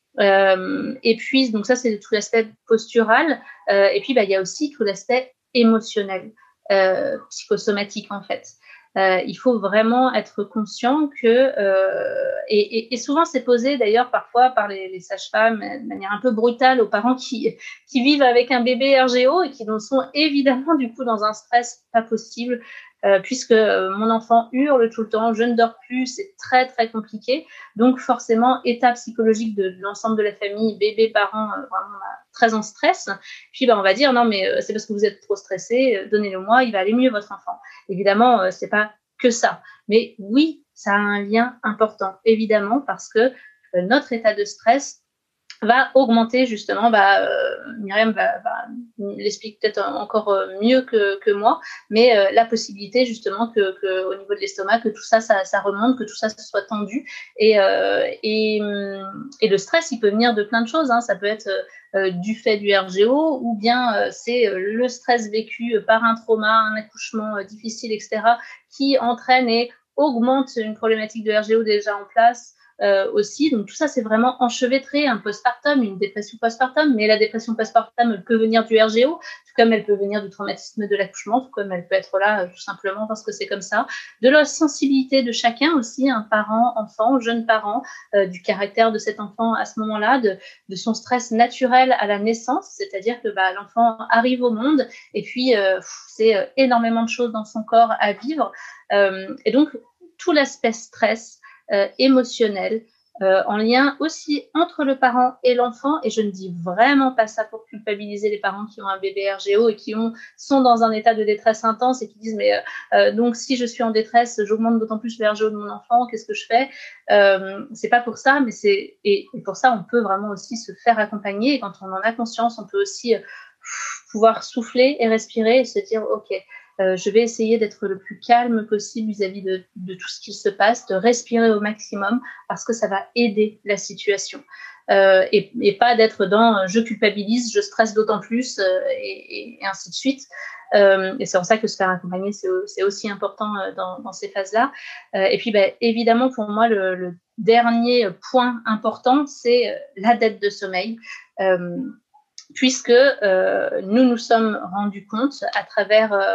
Speaker 2: Euh, et puis, donc ça, c'est tout l'aspect postural. Euh, et puis, bah, il y a aussi tout l'aspect émotionnel, euh, psychosomatique en fait. Euh, il faut vraiment être conscient que, euh, et, et, et souvent c'est posé d'ailleurs parfois par les, les sages-femmes de manière un peu brutale aux parents qui, qui vivent avec un bébé R G O et qui sont évidemment du coup dans un stress pas possible, euh, puisque mon enfant hurle tout le temps, je ne dors plus, c'est très très compliqué. Donc forcément, état psychologique de, de l'ensemble de la famille, bébé, parents, euh, vraiment très en stress. Puis bah, on va dire non mais euh, c'est parce que vous êtes trop stressé, euh, donnez-le-moi, il va aller mieux votre enfant. Évidemment, euh, c'est pas que ça. Mais oui, ça a un lien important, évidemment, parce que euh, notre état de stress va augmenter justement, bah, euh, Myriam va, va l'explique peut-être encore mieux que, que moi, mais euh, la possibilité justement que, que au niveau de l'estomac, que tout ça, ça, ça remonte, que tout ça soit tendu. Et, euh, et, et le stress, il peut venir de plein de choses, hein. Ça peut être euh, du fait du R G O, ou bien euh, c'est le stress vécu par un trauma, un accouchement euh, difficile, et cetera, qui entraîne et augmente une problématique de R G O déjà en place. Euh, aussi, donc tout ça c'est vraiment enchevêtré, un postpartum, une dépression postpartum, mais la dépression postpartum elle peut venir du R G O, tout comme elle peut venir du traumatisme de l'accouchement, tout comme elle peut être là euh, tout simplement parce que c'est comme ça, de la sensibilité de chacun aussi, un parent, enfant, jeune parent, euh, du caractère de cet enfant à ce moment-là, de, de son stress naturel à la naissance, c'est-à-dire que bah, l'enfant arrive au monde et puis euh, c'est euh, énormément de choses dans son corps à vivre, euh, et donc tout l'aspect stress Euh, émotionnel, euh, en lien aussi entre le parent et l'enfant, et je ne dis vraiment pas ça pour culpabiliser les parents qui ont un bébé R G O et qui ont, sont dans un état de détresse intense et qui disent mais euh, donc si je suis en détresse, j'augmente d'autant plus le R G O de mon enfant, qu'est-ce que je fais? Euh, c'est pas pour ça, mais c'est et, et pour ça on peut vraiment aussi se faire accompagner, et quand on en a conscience, on peut aussi euh, pouvoir souffler et respirer et se dire ok, Euh, je vais essayer d'être le plus calme possible vis-à-vis de, de tout ce qui se passe, de respirer au maximum parce que ça va aider la situation. Euh, et, et pas d'être dans euh, je culpabilise, je stresse d'autant plus euh, et, et ainsi de suite. Euh, et c'est pour ça que se faire accompagner, c'est, c'est aussi important euh, dans, dans ces phases-là. Euh, et puis, bah, évidemment, pour moi, le, le dernier point important, c'est euh, la dette de sommeil. Euh, puisque euh, nous nous sommes rendus compte à travers euh,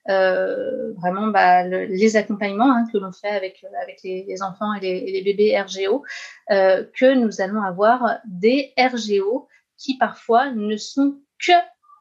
Speaker 2: euh, vraiment bah, le, les accompagnements hein, que l'on fait avec, avec les, les enfants et les, et les bébés R G O, euh, que nous allons avoir des R G O qui parfois ne sont que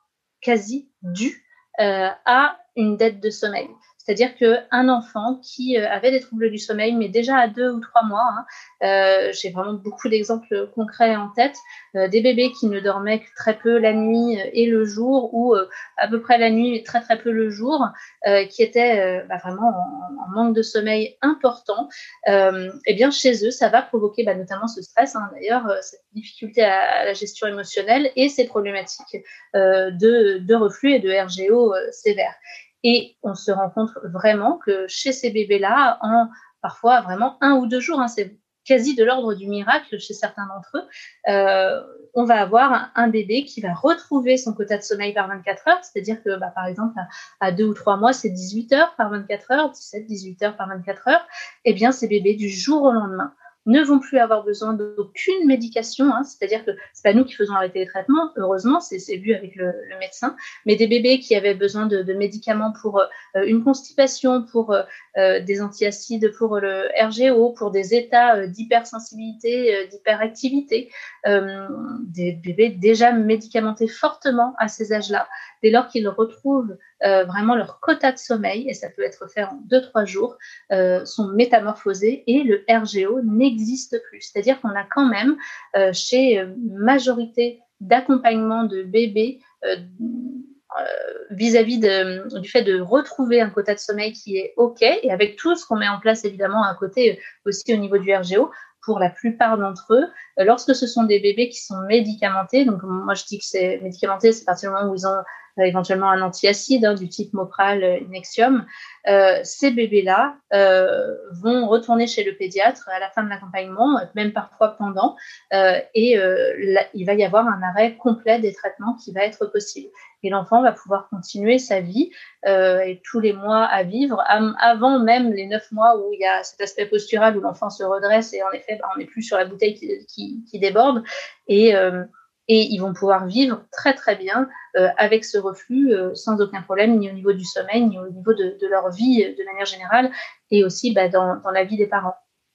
Speaker 2: quasi dus euh, à une dette de sommeil. C'est-à-dire qu'un enfant qui euh, avait des troubles du sommeil, mais déjà à deux ou trois mois, hein, euh, j'ai vraiment beaucoup d'exemples concrets en tête, euh, des bébés qui ne dormaient que très peu la nuit et le jour, ou euh, à peu près la nuit et très très peu le jour, euh, qui étaient euh, bah, vraiment en, en manque de sommeil important, euh, et bien chez eux, ça va provoquer bah, notamment ce stress, hein, d'ailleurs, euh, cette difficulté à, à la gestion émotionnelle et ces problématiques euh, de, de reflux et de R G O euh, sévères. Et on se rend compte vraiment que chez ces bébés-là, en parfois vraiment un ou deux jours, hein, c'est quasi de l'ordre du miracle chez certains d'entre eux, euh, on va avoir un, un bébé qui va retrouver son quota de sommeil par vingt-quatre heures, c'est-à-dire que bah, par exemple à, à deux ou trois mois, c'est dix-huit heures par vingt-quatre heures, dix-sept, dix-huit heures par vingt-quatre heures, et bien ces bébés du jour au lendemain ne vont plus avoir besoin d'aucune médication, hein, c'est-à-dire que c'est pas nous qui faisons arrêter les traitements, heureusement, c'est, c'est vu avec le, le médecin, mais des bébés qui avaient besoin de, de médicaments pour euh, une constipation, pour euh, des antiacides pour le R G O, pour des états euh, d'hypersensibilité, euh, d'hyperactivité, euh, des bébés déjà médicamentés fortement à ces âges-là, dès lors qu'ils retrouvent euh, vraiment leur quota de sommeil, et ça peut être fait en deux trois jours, euh, sont métamorphosés et le R G O n'existe plus. C'est-à-dire qu'on a quand même, euh, chez euh, majorité d'accompagnement de bébés, euh, euh, vis-à-vis de, du fait de retrouver un quota de sommeil qui est OK, et avec tout ce qu'on met en place évidemment à côté, aussi au niveau du R G O, pour la plupart d'entre eux, euh, lorsque ce sont des bébés qui sont médicamentés, donc moi je dis que c'est médicamenté, c'est à partir du moment où ils ont euh, éventuellement un antiacide hein, du type Mopral, euh, Nexium, euh, ces bébés-là euh, vont retourner chez le pédiatre à la fin de l'accompagnement, même parfois pendant, euh, et euh, là, il va y avoir un arrêt complet des traitements qui va être possible. Et l'enfant va pouvoir continuer sa vie euh, et tous les mois à vivre, am- avant même les neuf mois où il y a cet aspect postural où l'enfant se redresse et en effet, bah, on n'est plus sur la bouteille qui, qui, qui déborde. Et, euh, et ils vont pouvoir vivre très très bien euh, avec ce reflux euh, sans aucun problème, ni au niveau du sommeil, ni au niveau de, de leur vie de manière générale, et aussi bah, dans, dans la vie des parents.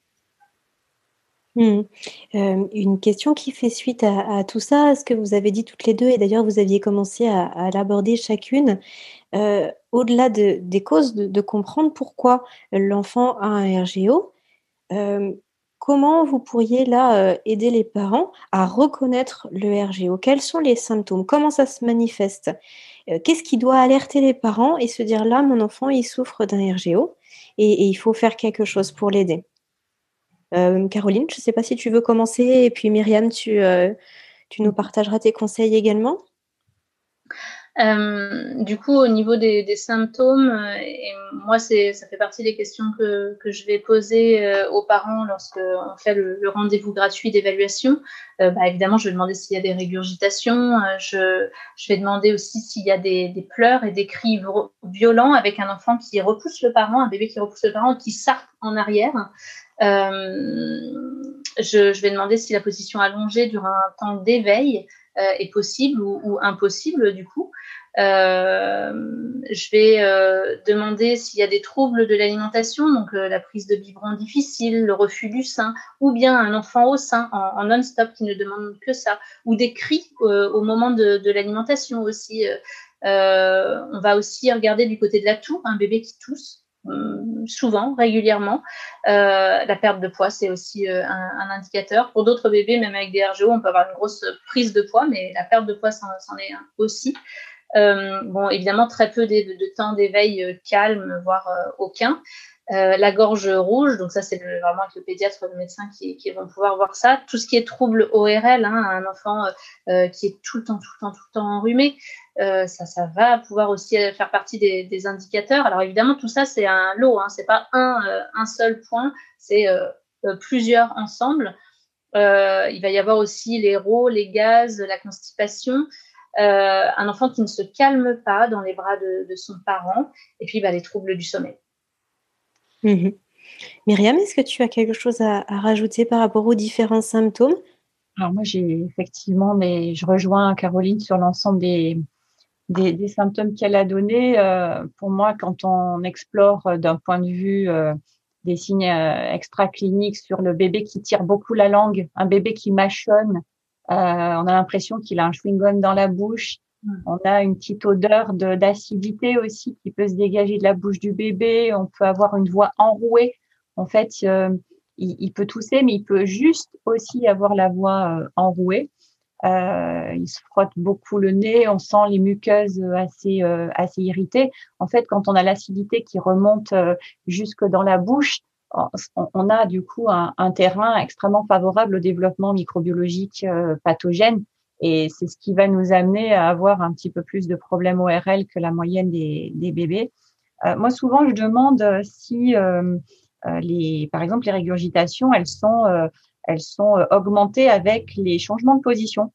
Speaker 1: Mmh. Euh, une question qui fait suite à, à tout ça, ce que vous avez dit toutes les deux, et d'ailleurs vous aviez commencé à, à l'aborder chacune, euh, au-delà de, des causes, de, de comprendre pourquoi l'enfant a un R G O, euh, comment vous pourriez là euh, aider les parents à reconnaître le R G O? Quels sont les symptômes? Comment ça se manifeste? Euh, qu'est-ce qui doit alerter les parents et se dire là, mon enfant, il souffre d'un R G O et, et il faut faire quelque chose pour l'aider? Euh, Caroline, je ne sais pas si tu veux commencer, et puis Myriam, tu, euh, tu nous partageras tes conseils également.
Speaker 2: Euh, du coup, au niveau des, des symptômes, euh, et moi, c'est, ça fait partie des questions que, que je vais poser euh, aux parents lorsqu'on fait le, le rendez-vous gratuit d'évaluation. Euh, bah, évidemment, je vais demander s'il y a des régurgitations. Euh, je, je vais demander aussi s'il y a des, des pleurs et des cris violents avec un enfant qui repousse le parent, un bébé qui repousse le parent, qui sarque en arrière. Euh, je, je vais demander si la position allongée durant un temps d'éveil euh, est possible ou, ou impossible du coup. Euh, je vais euh, demander s'il y a des troubles de l'alimentation, donc euh, la prise de biberon difficile, le refus du sein, ou bien un enfant au sein en, en non-stop qui ne demande que ça, ou des cris euh, au moment de, de l'alimentation aussi. Euh, on va aussi regarder du côté de la toux, un bébé qui tousse souvent, régulièrement. Euh, la perte de poids, c'est aussi euh, un, un indicateur. Pour d'autres bébés, même avec des R G O, on peut avoir une grosse prise de poids, mais la perte de poids, c'en, c'en est un aussi. Euh, bon, évidemment, très peu de, de temps d'éveil euh, calme, voire euh, aucun. Euh, la gorge rouge, donc ça, c'est le, vraiment avec le pédiatre, le médecin qui, qui vont pouvoir voir ça. Tout ce qui est trouble O R L, hein, un enfant euh, qui est tout le temps, tout le temps, tout le temps enrhumé, euh, ça, ça va pouvoir aussi faire partie des, des indicateurs. Alors évidemment, tout ça, c'est un lot, hein, c'est pas un, euh, un seul point, c'est euh, euh, plusieurs ensemble. Euh, il va y avoir aussi les rots, les gaz, la constipation. Euh, un enfant qui ne se calme pas dans les bras de, de son parent, et puis bah, les troubles du sommeil.
Speaker 1: Mmh. Myriam, est-ce que tu as quelque chose à, à rajouter par rapport aux différents symptômes?
Speaker 3: Alors moi, j'ai effectivement, mais je rejoins Caroline sur l'ensemble des, des, des symptômes qu'elle a donnés, euh, pour moi, quand on explore euh, d'un point de vue euh, des signes euh, extra-cliniques sur le bébé qui tire beaucoup la langue, un bébé qui mâchonne, euh, on a l'impression qu'il a un chewing-gum dans la bouche. On a une petite odeur de, d'acidité aussi qui peut se dégager de la bouche du bébé. On peut avoir une voix enrouée. En fait, euh, il, il peut tousser, mais il peut juste aussi avoir la voix euh, enrouée. Euh, il se frotte beaucoup le nez, on sent les muqueuses assez euh, assez irritées. En fait, quand on a l'acidité qui remonte euh, jusque dans la bouche, on, on a du coup un, un terrain extrêmement favorable au développement microbiologique euh, pathogène, et c'est ce qui va nous amener à avoir un petit peu plus de problèmes O R L que la moyenne des, des bébés. Euh, moi, souvent, je demande si euh, euh, les, par exemple, les régurgitations, elles sont euh, elles sont euh, augmentées avec les changements de position.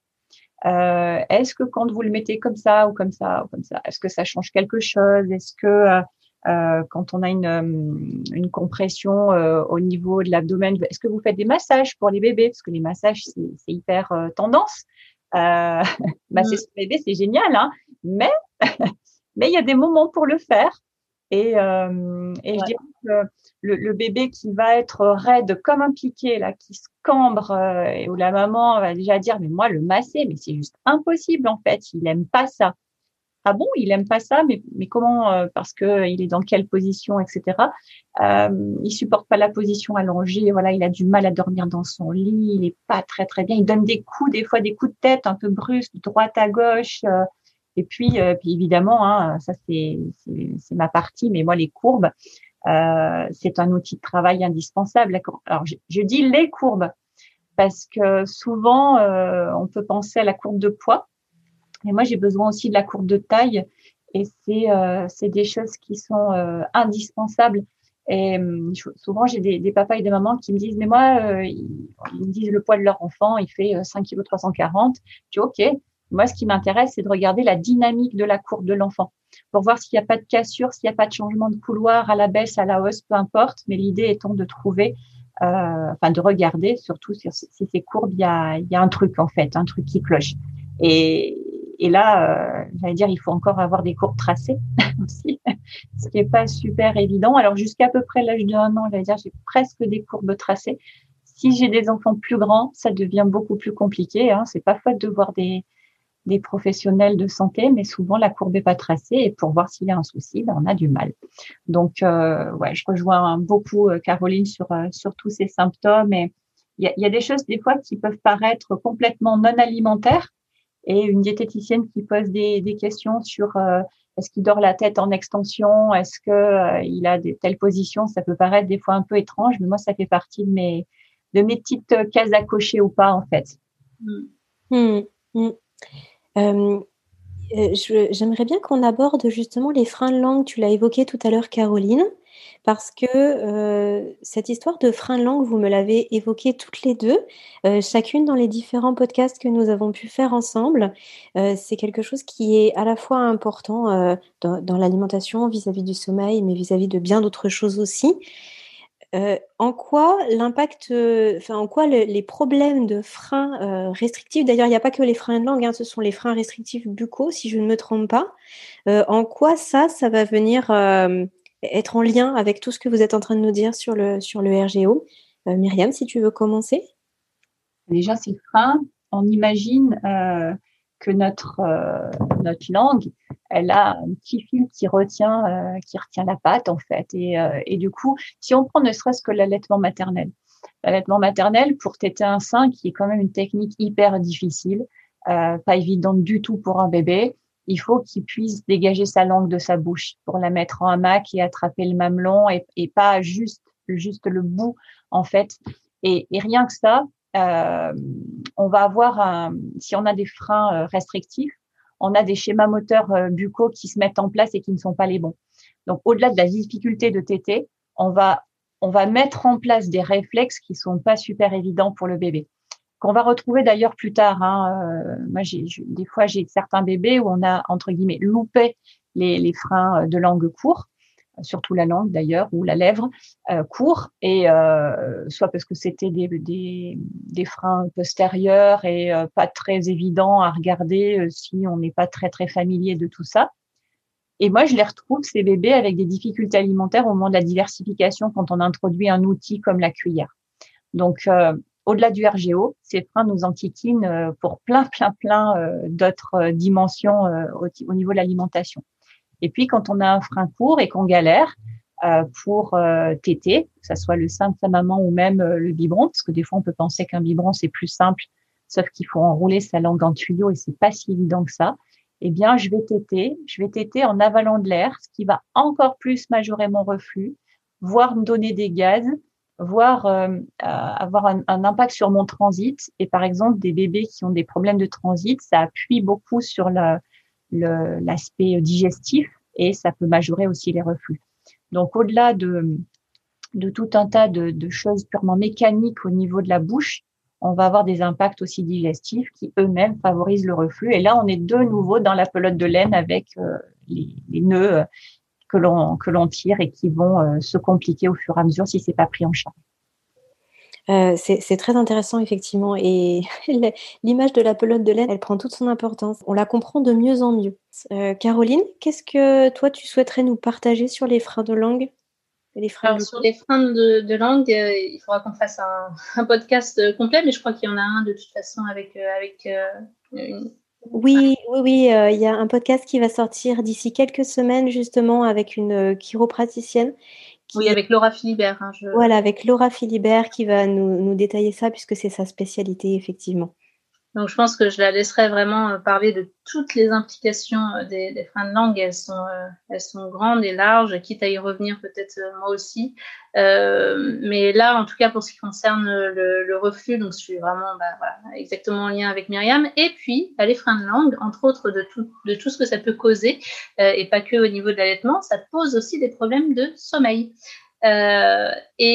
Speaker 3: Euh, est-ce que quand vous le mettez comme ça ou comme ça ou comme ça, est-ce que ça change quelque chose? Est-ce que euh, euh, quand on a une, une compression euh, au niveau de l'abdomen, est-ce que vous faites des massages pour les bébés? Parce que les massages, c'est, c'est hyper euh, tendance. Euh, masser son bébé, c'est génial, hein, mais mais il y a des moments pour le faire. Et, euh, et ouais. Je dirais que le, le bébé qui va être raide comme un piquet, là, qui se cambre, euh, et où la maman va déjà dire, mais moi, le masser, mais c'est juste impossible, en fait. Il aime pas ça. Ah bon, il aime pas ça, mais, mais comment, euh, parce que il est dans quelle position, et cetera. Euh, il supporte pas la position allongée. Voilà, il a du mal à dormir dans son lit. Il est pas très, très bien. Il donne des coups, des fois des coups de tête un peu brusques, de droite à gauche. Euh, Et puis, euh, puis évidemment, hein, ça c'est, c'est, c'est ma partie, mais moi les courbes, euh, c'est un outil de travail indispensable. Alors je, je dis les courbes parce que souvent euh, on peut penser à la courbe de poids, et moi j'ai besoin aussi de la courbe de taille, et c'est euh, c'est des choses qui sont euh, indispensables. Et euh, souvent j'ai des, des papas et des mamans qui me disent, mais moi euh, ils, ils me disent le poids de leur enfant, il fait cinq virgule trois cent quarante. Je dis ok. Moi, ce qui m'intéresse, c'est de regarder la dynamique de la courbe de l'enfant pour voir s'il n'y a pas de cassure, s'il n'y a pas de changement de couloir à la baisse, à la hausse, peu importe. Mais l'idée étant de trouver, euh, enfin de regarder surtout si, si ces courbes, il y a, il y a un truc en fait, un truc qui cloche. Et, et là, euh, j'allais dire, il faut encore avoir des courbes tracées aussi, ce qui n'est pas super évident. Alors jusqu'à peu près l'âge de un an, j'allais dire, j'ai presque des courbes tracées. Si j'ai des enfants plus grands, ça devient beaucoup plus compliqué. Hein. C'est pas faute de voir des des professionnels de santé, mais souvent la courbe n'est pas tracée, et pour voir s'il y a un souci, ben, on a du mal. Donc, euh, ouais, je rejoins beaucoup euh, Caroline sur euh, sur tous ces symptômes. Et il y a, y a des choses des fois qui peuvent paraître complètement non alimentaires, et une diététicienne qui pose des, des questions sur euh, est-ce qu'il dort la tête en extension, est-ce que euh, il a des telles positions, ça peut paraître des fois un peu étrange, mais moi ça fait partie de mes de mes petites cases à cocher ou pas en fait.
Speaker 1: Mmh. Mmh. Euh, je, j'aimerais bien qu'on aborde justement les freins de langue. Tu l'as évoqué tout à l'heure, Caroline, parce que euh, cette histoire de freins de langue, vous me l'avez évoquée toutes les deux, euh, chacune dans les différents podcasts que nous avons pu faire ensemble. Euh, c'est quelque chose qui est à la fois important euh, dans, dans l'alimentation, vis-à-vis du sommeil, mais vis-à-vis de bien d'autres choses aussi. Euh, en quoi l'impact, euh, enfin en quoi le, les problèmes de freins euh, restrictifs, d'ailleurs il n'y a pas que les freins de langue, hein, ce sont les freins restrictifs buccaux si je ne me trompe pas, euh, en quoi ça, ça va venir euh, être en lien avec tout ce que vous êtes en train de nous dire sur le, sur le R G O. Euh, Myriam, si tu veux commencer.
Speaker 3: Déjà ces freins, on imagine euh, que notre euh, notre langue, elle a un petit fil qui retient euh, qui retient la pâte en fait, et euh, et du coup, si on prend ne serait-ce que l'allaitement maternel, l'allaitement maternel pour téter un sein, qui est quand même une technique hyper difficile, euh, pas évidente du tout pour un bébé, il faut qu'il puisse dégager sa langue de sa bouche pour la mettre en hamac et attraper le mamelon, et, et pas juste juste le bout en fait, et, et rien que ça. Euh, on va avoir un, si on a des freins restrictifs, on a des schémas moteurs buccaux qui se mettent en place et qui ne sont pas les bons. Donc, au-delà de la difficulté de téter, on va, on va mettre en place des réflexes qui sont pas super évidents pour le bébé, qu'on va retrouver d'ailleurs plus tard. Hein. Euh, moi, j'ai, j'ai, des fois, j'ai certains bébés où on a, entre guillemets, loupé les, les freins de langue court. surtout la langue d'ailleurs, ou la lèvre, euh, court, et euh, soit parce que c'était des, des, des freins postérieurs et euh, pas très évidents à regarder euh, si on n'est pas très très familier de tout ça. Et moi, je les retrouve, ces bébés, avec des difficultés alimentaires au moment de la diversification quand on introduit un outil comme la cuillère. Donc, euh, au-delà du R G O, ces freins nous enquiquinent euh, pour plein, plein, plein euh, d'autres euh, dimensions euh, au, au niveau de l'alimentation. Et puis, quand on a un frein court et qu'on galère euh, pour euh, téter, que ce soit le sein de sa maman ou même euh, le biberon, parce que des fois, on peut penser qu'un biberon, c'est plus simple, sauf qu'il faut enrouler sa langue en tuyau et c'est pas si évident que ça. Eh bien, je vais téter, je vais téter en avalant de l'air, ce qui va encore plus majorer mon reflux, voire me donner des gaz, voire euh, euh, avoir un, un impact sur mon transit. Et par exemple, des bébés qui ont des problèmes de transit, ça appuie beaucoup sur la Le, l'aspect digestif et ça peut majorer aussi les reflux. Donc, au-delà de, de tout un tas de, de choses purement mécaniques au niveau de la bouche, on va avoir des impacts aussi digestifs qui eux-mêmes favorisent le reflux. Et là, on est de nouveau dans la pelote de laine avec euh, les, les nœuds que l'on, que l'on tire et qui vont euh, se compliquer au fur et à mesure si c'est pas pris en charge.
Speaker 1: Euh, c'est, c'est très intéressant, effectivement. Et l'image de la pelote de laine, elle prend toute son importance. On la comprend de mieux en mieux. Euh, Caroline, qu'est-ce que toi, tu souhaiterais nous partager sur les freins de langue? Les freins
Speaker 2: Alors,
Speaker 1: de...
Speaker 2: sur les freins de, de langue, euh, il faudra qu'on fasse un, un podcast complet, mais je crois qu'il y en a un de toute façon avec, euh, avec euh, une...
Speaker 1: Oui, oui, oui. Euh, il y a un podcast qui va sortir d'ici quelques semaines, justement, avec une euh, chiropraticienne. Qui...
Speaker 2: Oui, avec Laura Philibert. Hein, je...
Speaker 1: Voilà, avec Laura Philibert qui va nous, nous détailler ça, puisque c'est sa spécialité, effectivement.
Speaker 2: Donc, je pense que je la laisserai vraiment parler de toutes les implications des, des freins de langue. Elles sont, euh, elles sont grandes et larges, quitte à y revenir peut-être euh, moi aussi. Euh, mais là, en tout cas, pour ce qui concerne le, le reflux, donc je suis vraiment bah, voilà, exactement en lien avec Myriam. Et puis, bah, les freins de langue, entre autres de tout, de tout ce que ça peut causer, euh, et pas que au niveau de l'allaitement, ça pose aussi des problèmes de sommeil. Euh,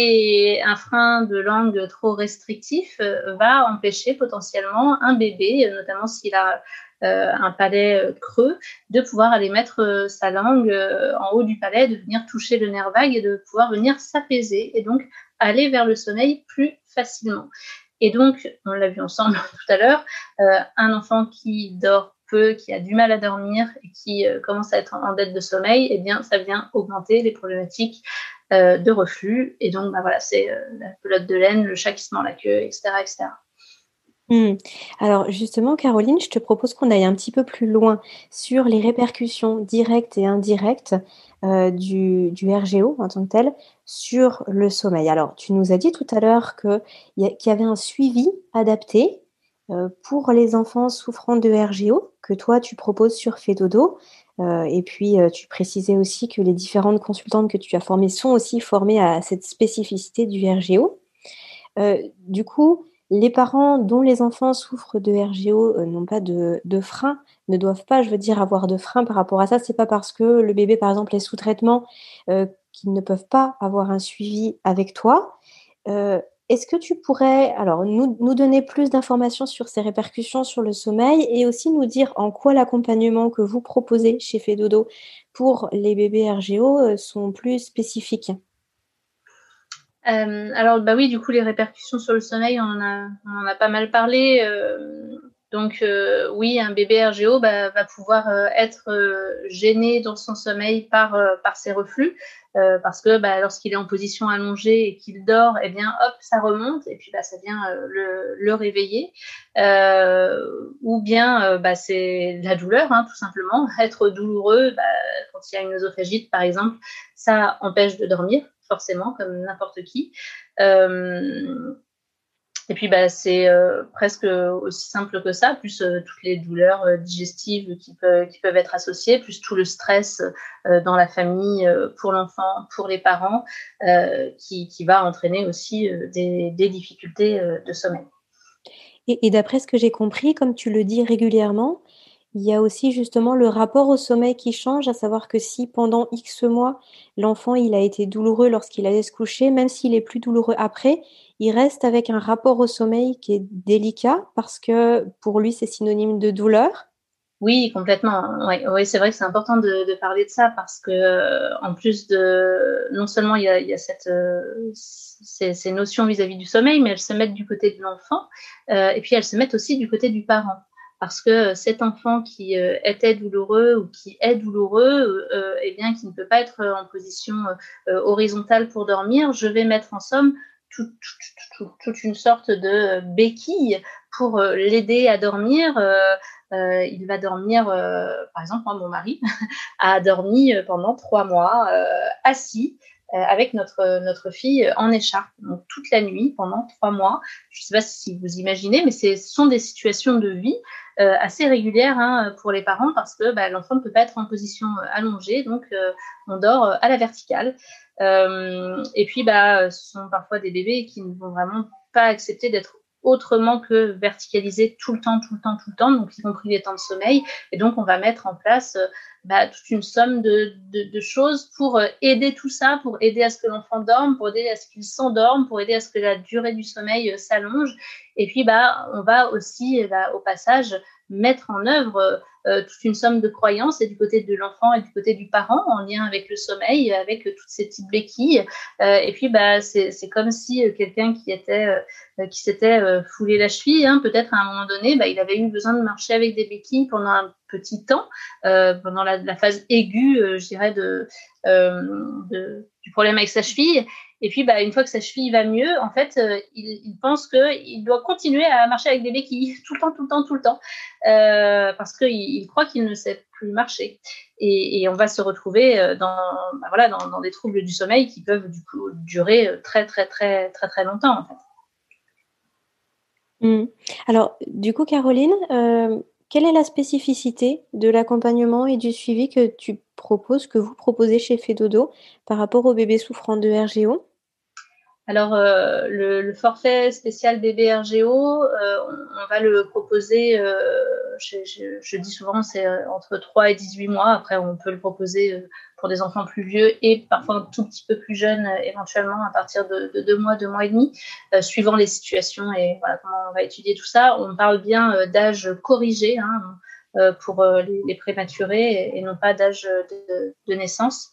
Speaker 2: et un frein de langue trop restrictif euh, va empêcher potentiellement un bébé, notamment s'il a euh, un palais euh, creux, de pouvoir aller mettre euh, sa langue euh, en haut du palais, de venir toucher le nerf vague et de pouvoir venir s'apaiser et donc aller vers le sommeil plus facilement. Et donc, on l'a vu ensemble tout à l'heure, euh, un enfant qui dort peu, qui a du mal à dormir et qui euh, commence à être en, en dette de sommeil, eh bien, ça vient augmenter les problématiques euh, de reflux. Et donc, bah, voilà, c'est euh, la pelote de laine, le chat qui se mord la queue, et cetera, et cetera.
Speaker 1: Mmh. Alors justement, Caroline, je te propose qu'on aille un petit peu plus loin sur les répercussions directes et indirectes euh, du, du R G O en tant que tel sur le sommeil. Alors, tu nous as dit tout à l'heure que, y a, qu'il y avait un suivi adapté euh, pour les enfants souffrant de R G O que toi, tu proposes sur Fedodo. Euh, et puis, euh, tu précisais aussi que les différentes consultantes que tu as formées sont aussi formées à cette spécificité du R G O. Euh, du coup, les parents dont les enfants souffrent de R G O euh, n'ont pas de, de frein, ne doivent pas, je veux dire, avoir de frein par rapport à ça. C'est pas parce que le bébé, par exemple, est sous traitement euh, qu'ils ne peuvent pas avoir un suivi avec toi. Euh, est-ce que tu pourrais alors nous, nous donner plus d'informations sur ces répercussions sur le sommeil et aussi nous dire en quoi l'accompagnement que vous proposez chez Fedodo pour les bébés R G O euh, sont plus spécifiques?
Speaker 2: Euh, alors, bah oui, du coup, les répercussions sur le sommeil, on en a, on en a pas mal parlé. Euh, donc, euh, oui, un bébé R G O bah, va pouvoir euh, être euh, gêné dans son sommeil par, euh, par ses reflux, euh, parce que bah, lorsqu'il est en position allongée et qu'il dort, eh bien, hop, ça remonte et puis bah, ça vient euh, le, le réveiller. Euh, ou bien, euh, bah, c'est la douleur, hein, tout simplement. Être douloureux, bah, quand il y a une œsophagite, par exemple, ça empêche de dormir, forcément, comme n'importe qui. Euh, et puis, bah, c'est euh, presque aussi simple que ça, plus euh, toutes les douleurs euh, digestives qui, peut, qui peuvent être associées, plus tout le stress euh, dans la famille, euh, pour l'enfant, pour les parents, euh, qui, qui va entraîner aussi euh, des, des difficultés euh, de sommeil.
Speaker 1: Et, et d'après ce que j'ai compris, comme tu le dis régulièrement, il y a aussi justement le rapport au sommeil qui change, à savoir que si pendant X mois, l'enfant il a été douloureux lorsqu'il allait se coucher, même s'il est plus douloureux après, il reste avec un rapport au sommeil qui est délicat parce que pour lui c'est synonyme de douleur.
Speaker 2: Oui, complètement. Ouais, ouais, c'est vrai que c'est important de, de parler de ça parce que euh, en plus de non seulement il y a, il y a cette euh, ces, ces notions vis-à-vis du sommeil, mais elles se mettent du côté de l'enfant euh, et puis elles se mettent aussi du côté du parent. Parce que cet enfant qui euh, était douloureux ou qui est douloureux, euh, eh bien, qui ne peut pas être en position euh, horizontale pour dormir, je vais mettre en somme tout, tout, tout, toute une sorte de béquille pour euh, l'aider à dormir. Euh, euh, il va dormir, euh, par exemple, moi, mon mari a dormi pendant trois mois euh, assis euh, avec notre, notre fille en écharpe, donc toute la nuit pendant trois mois. Je ne sais pas si vous imaginez, mais ce sont des situations de vie euh, assez régulières hein, pour les parents parce que bah, l'enfant ne peut pas être en position allongée, donc euh, on dort à la verticale. Euh, et puis, bah, ce sont parfois des bébés qui ne vont vraiment pas accepter d'être autrement que verticalisés tout le temps, tout le temps, tout le temps, donc y compris les temps de sommeil. Et donc, on va mettre en place euh, bah, toute une somme de, de, de choses pour euh, aider tout ça, pour aider à ce que l'enfant dorme, pour aider à ce qu'il s'endorme, pour aider à ce que la durée du sommeil euh, s'allonge. Et puis, bah, on va aussi, bah, au passage, mettre en œuvre euh, toute une somme de croyances et du côté de l'enfant et du côté du parent en lien avec le sommeil, avec euh, toutes ces petites béquilles. Euh, et puis, bah, c'est, c'est comme si euh, quelqu'un qui était euh, qui s'était euh, foulé la cheville, hein, peut-être à un moment donné, bah, il avait eu besoin de marcher avec des béquilles pendant un petit temps, euh, pendant la, la phase aiguë, euh, je dirais, de, euh, de, du problème avec sa cheville. Et puis, bah, une fois que sa cheville va mieux, en fait, euh, il, il pense qu'il doit continuer à marcher avec des béquilles tout le temps, tout le temps, tout le temps, euh, parce qu'il il croit qu'il ne sait plus marcher. Et, et on va se retrouver dans, bah, voilà, dans, dans des troubles du sommeil qui peuvent du coup durer très, très, très, très, très longtemps, en fait.
Speaker 1: Mmh. Alors, du coup, Caroline, euh, quelle est la spécificité de l'accompagnement et du suivi que tu proposes, que vous proposez chez Fedodo par rapport aux bébés souffrant de R G O?
Speaker 2: Alors, euh, le, le forfait spécial bébé R G O, euh, on, on va le proposer, euh, je, je, je dis souvent, c'est entre trois et dix-huit mois. Après, on peut le proposer pour des enfants plus vieux et parfois un tout petit peu plus jeunes, éventuellement à partir de, de deux mois, deux mois et demi, euh, suivant les situations et voilà comment on va étudier tout ça. On parle bien d'âge corrigé, hein, euh, pour euh, les, les prématurés et, et non pas d'âge de, de naissance.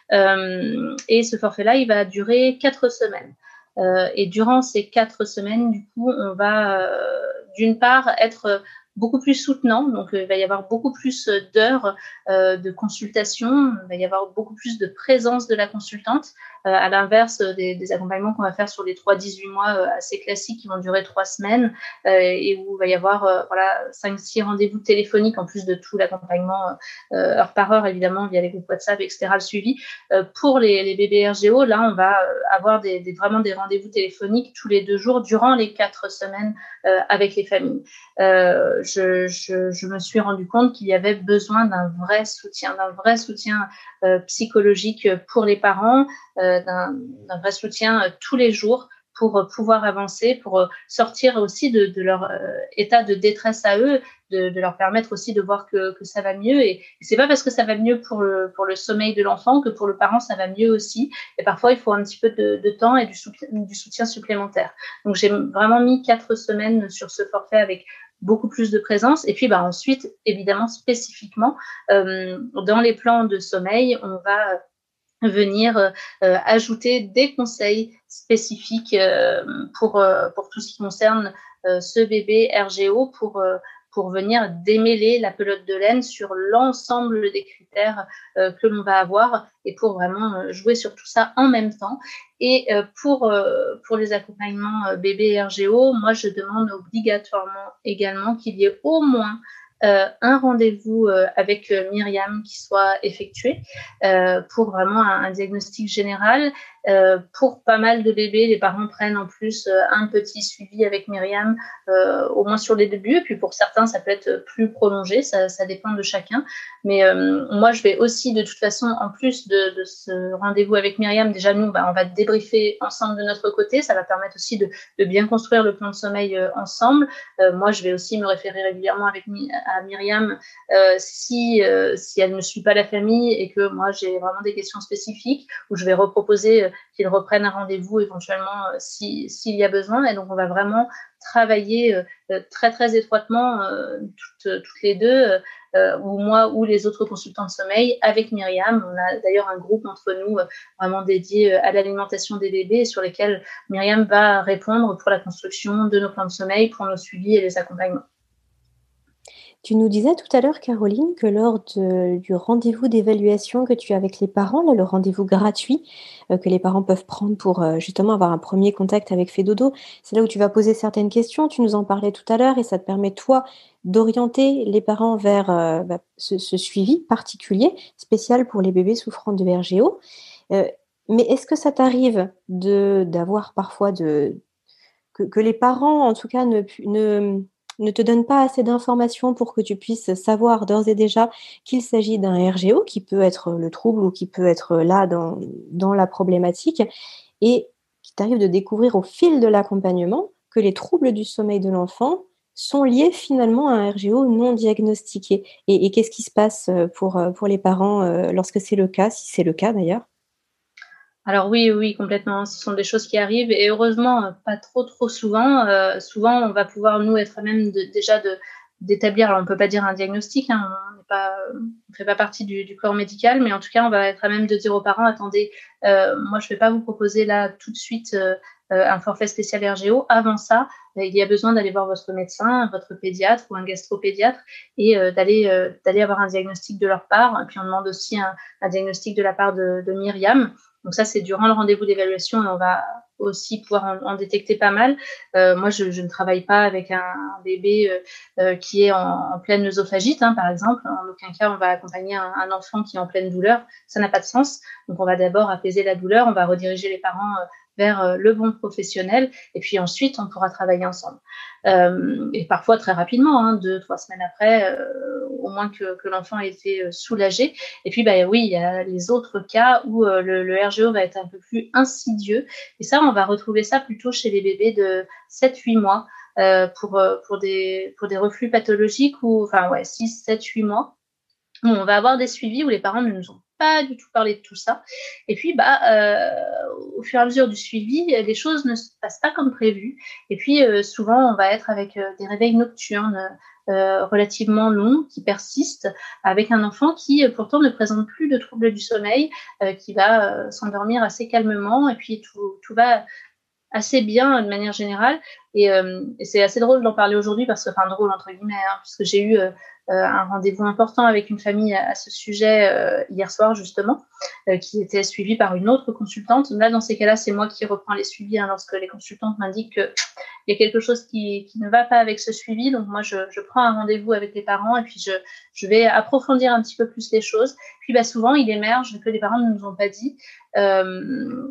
Speaker 2: Euh, et ce forfait-là, il va durer quatre semaines. Euh, et durant ces quatre semaines, du coup, on va euh, d'une part être beaucoup plus soutenant, donc euh, il va y avoir beaucoup plus d'heures euh, de consultation, il va y avoir beaucoup plus de présence de la consultante, euh, à l'inverse des, des accompagnements qu'on va faire sur les trois à dix-huit mois euh, assez classiques qui vont durer trois semaines euh, et où il va y avoir euh, voilà, cinq six rendez-vous téléphoniques en plus de tout l'accompagnement euh, heure par heure, évidemment, via les groupes WhatsApp, et cetera, le suivi. Euh, pour les, les bébés R G O, là, on va avoir des, des, vraiment des rendez-vous téléphoniques tous les deux jours durant les quatre semaines euh, avec les familles. Euh, je, je, je me suis rendu compte qu'il y avait besoin d'un vrai soutien, d'un vrai soutien euh, psychologique pour les parents, euh, d'un, d'un vrai soutien euh, tous les jours pour euh, pouvoir avancer, pour euh, sortir aussi de, de leur euh, état de détresse à eux, de, de leur permettre aussi de voir que, que ça va mieux. Et, et c'est pas parce que ça va mieux pour le, pour le sommeil de l'enfant que pour le parent, ça va mieux aussi. Et parfois, il faut un petit peu de, de temps et du soutien, du soutien supplémentaire. Donc, j'ai vraiment mis quatre semaines sur ce forfait avec beaucoup plus de présence. Et puis, bah, ensuite, évidemment, spécifiquement, euh, dans les plans de sommeil, on va venir euh, ajouter des conseils spécifiques euh, pour, euh, pour tout ce qui concerne euh, ce bébé R G O, pour, euh, pour venir démêler la pelote de laine sur l'ensemble des critères euh, que l'on va avoir et pour vraiment euh, jouer sur tout ça en même temps. Et euh, pour, euh, pour les accompagnements euh, bébé R G O, moi, je demande obligatoirement également qu'il y ait au moins Euh, un rendez-vous euh, avec euh, Myriam qui soit effectué euh, pour vraiment un, un diagnostic général. Euh, pour pas mal de bébés, les parents prennent en plus euh, un petit suivi avec Myriam, euh, au moins sur les débuts. Et puis pour certains, ça peut être plus prolongé, ça, ça dépend de chacun. Mais euh, moi, je vais aussi, de toute façon, en plus de, de ce rendez-vous avec Myriam, déjà nous, bah, on va débriefer ensemble de notre côté. Ça va permettre aussi de, de bien construire le plan de sommeil euh, ensemble. Euh, moi, je vais aussi me référer régulièrement avec à Myriam euh, si, euh, si elle ne suit pas la famille et que moi, j'ai vraiment des questions spécifiques où je vais reproposer qu'ils reprennent un rendez-vous éventuellement euh, si, s'il y a besoin. Et donc, on va vraiment travailler euh, très, très étroitement, euh, toutes, toutes les deux, euh, ou moi ou les autres consultants de sommeil, avec Myriam. On a d'ailleurs un groupe entre nous euh, vraiment dédié à l'alimentation des bébés, sur lesquels Myriam va répondre pour la construction de nos plans de sommeil, pour nos suivis et les accompagnements.
Speaker 1: Tu nous disais tout à l'heure, Caroline, que lors de, du rendez-vous d'évaluation que tu as avec les parents, là, le rendez-vous gratuit euh, que les parents peuvent prendre pour euh, justement avoir un premier contact avec Fedodo, c'est là où tu vas poser certaines questions. Tu nous en parlais tout à l'heure et ça te permet, toi, d'orienter les parents vers euh, bah, ce, ce suivi particulier, spécial pour les bébés souffrant de R G O. Euh, mais est-ce que ça t'arrive de, d'avoir parfois de, que, que les parents, en tout cas, ne... ne ne te donne pas assez d'informations pour que tu puisses savoir d'ores et déjà qu'il s'agit d'un R G O, qui peut être le trouble ou qui peut être là dans, dans la problématique, et qu'il t'arrive de découvrir au fil de l'accompagnement que les troubles du sommeil de l'enfant sont liés finalement à un R G O non diagnostiqué. Et, et qu'est-ce qui se passe pour, pour les parents euh, lorsque c'est le cas, si c'est le cas d'ailleurs?
Speaker 2: Alors oui, oui, complètement. Ce sont des choses qui arrivent et heureusement, pas trop, trop souvent. Euh, souvent, on va pouvoir, nous, être à même de, déjà de, d'établir, alors on ne peut pas dire un diagnostic, hein, on n'est pas, on fait pas partie du, du corps médical, mais en tout cas, on va être à même de dire aux parents, attendez, euh, moi, je ne vais pas vous proposer là tout de suite euh, un forfait spécial R G O. Avant ça, il y a besoin d'aller voir votre médecin, votre pédiatre ou un gastropédiatre et euh, d'aller, euh, d'aller avoir un diagnostic de leur part. Et puis, on demande aussi un, un diagnostic de la part de, de Myriam. Donc ça, c'est durant le rendez-vous d'évaluation et on va aussi pouvoir en, en détecter pas mal. Euh, moi, je, je ne travaille pas avec un, un bébé euh, euh, qui est en, en pleine œsophagite, hein, par exemple. En aucun cas, on va accompagner un, un enfant qui est en pleine douleur. Ça n'a pas de sens. Donc, on va d'abord apaiser la douleur, on va rediriger les parents euh, vers euh, le bon professionnel et puis ensuite, on pourra travailler ensemble. Euh, et parfois très rapidement, hein, deux, trois semaines après, euh, au moins que, que l'enfant ait été soulagé. Et puis, bah, oui, il y a les autres cas où euh, le, le R G O va être un peu plus insidieux. Et ça, on va retrouver ça plutôt chez les bébés de sept huit mois euh, pour, pour, des, pour des reflux pathologiques ou, enfin, ouais, six, sept, huit mois. Où on va avoir des suivis où les parents ne nous ont pas du tout parlé de tout ça. Et puis, bah, euh, au fur et à mesure du suivi, les choses ne se passent pas comme prévu. Et puis, euh, souvent, on va être avec euh, des réveils nocturnes euh, relativement longs, qui persistent, avec un enfant qui, euh, pourtant, ne présente plus de troubles du sommeil, euh, qui va euh, s'endormir assez calmement. Et puis, tout, tout va assez bien de manière générale. Et, euh, et c'est assez drôle d'en parler aujourd'hui parce que, enfin, drôle entre guillemets, hein, puisque j'ai eu euh, euh, un rendez-vous important avec une famille à, à ce sujet euh, hier soir, justement, euh, qui était suivie par une autre consultante. Là, dans ces cas-là, c'est moi qui reprends les suivis hein, lorsque les consultantes m'indiquent qu'il y a quelque chose qui, qui ne va pas avec ce suivi. Donc, moi, je, je prends un rendez-vous avec les parents et puis je, je vais approfondir un petit peu plus les choses. Puis, bah, souvent, il émerge que les parents ne nous ont pas dit. Euh,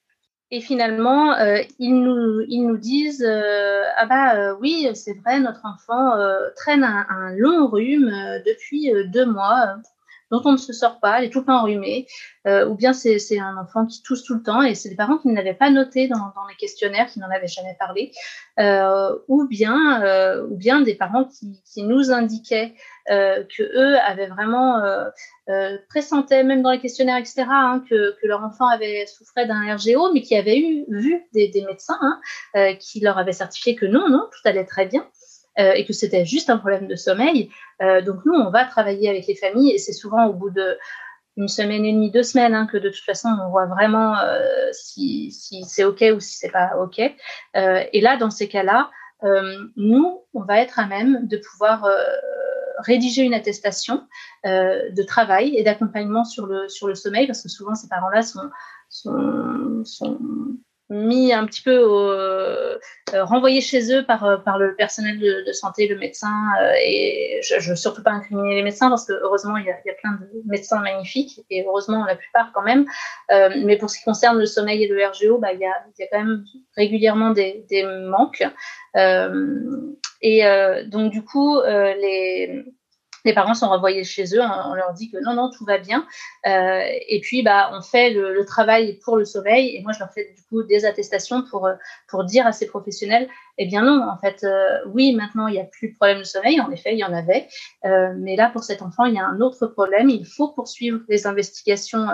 Speaker 2: Et finalement, euh, ils, nous, ils nous disent euh, « Ah bah euh, oui, c'est vrai, notre enfant euh, traîne un, un long rhume euh, depuis euh, deux mois, euh, dont on ne se sort pas, il est tout le temps enrhumé. Euh, » Ou bien c'est, c'est un enfant qui tousse tout le temps et c'est des parents qui ne l'avaient pas noté dans, dans les questionnaires, qui n'en avaient jamais parlé. Euh, ou, bien, euh, ou bien des parents qui, qui nous indiquaient euh, qu'eux avaient vraiment... Euh, Euh, pressentaient, même dans les questionnaires, et cetera, hein, que, que leur enfant avait souffrait d'un R G O, mais qui avaient eu, vu des, des médecins hein, euh, qui leur avaient certifié que non, non, tout allait très bien euh, et que c'était juste un problème de sommeil. Euh, donc nous, on va travailler avec les familles et c'est souvent au bout de une semaine et demie, deux semaines, hein, que de toute façon, on voit vraiment euh, si, si c'est OK ou si c'est pas OK. Euh, et là, dans ces cas-là, euh, nous, on va être à même de pouvoir euh, rédiger une attestation euh, de travail et d'accompagnement sur le, sur le sommeil, parce que souvent, ces parents-là sont, sont, sont mis un petit peu au, euh, renvoyés chez eux par, par le personnel de, de santé, le médecin, euh, et je ne veux surtout pas incriminer les médecins, parce que heureusement, il y a, il y a plein de médecins magnifiques, et heureusement, la plupart quand même, euh, mais pour ce qui concerne le sommeil et le R G O, bah, il, y a, il y a quand même régulièrement des, des manques. Euh, et euh, donc, du coup, euh, les... Les parents sont renvoyés chez eux, on leur dit que non, non, tout va bien. Euh, et puis, bah, on fait le, le travail pour le sommeil. Et moi, je leur fais du coup des attestations pour, pour dire à ces professionnels Eh bien non, en fait, euh, oui, maintenant, il n'y a plus de problème de sommeil. En effet, il y en avait. Euh, mais là, pour cet enfant, il y a un autre problème. Il faut poursuivre les investigations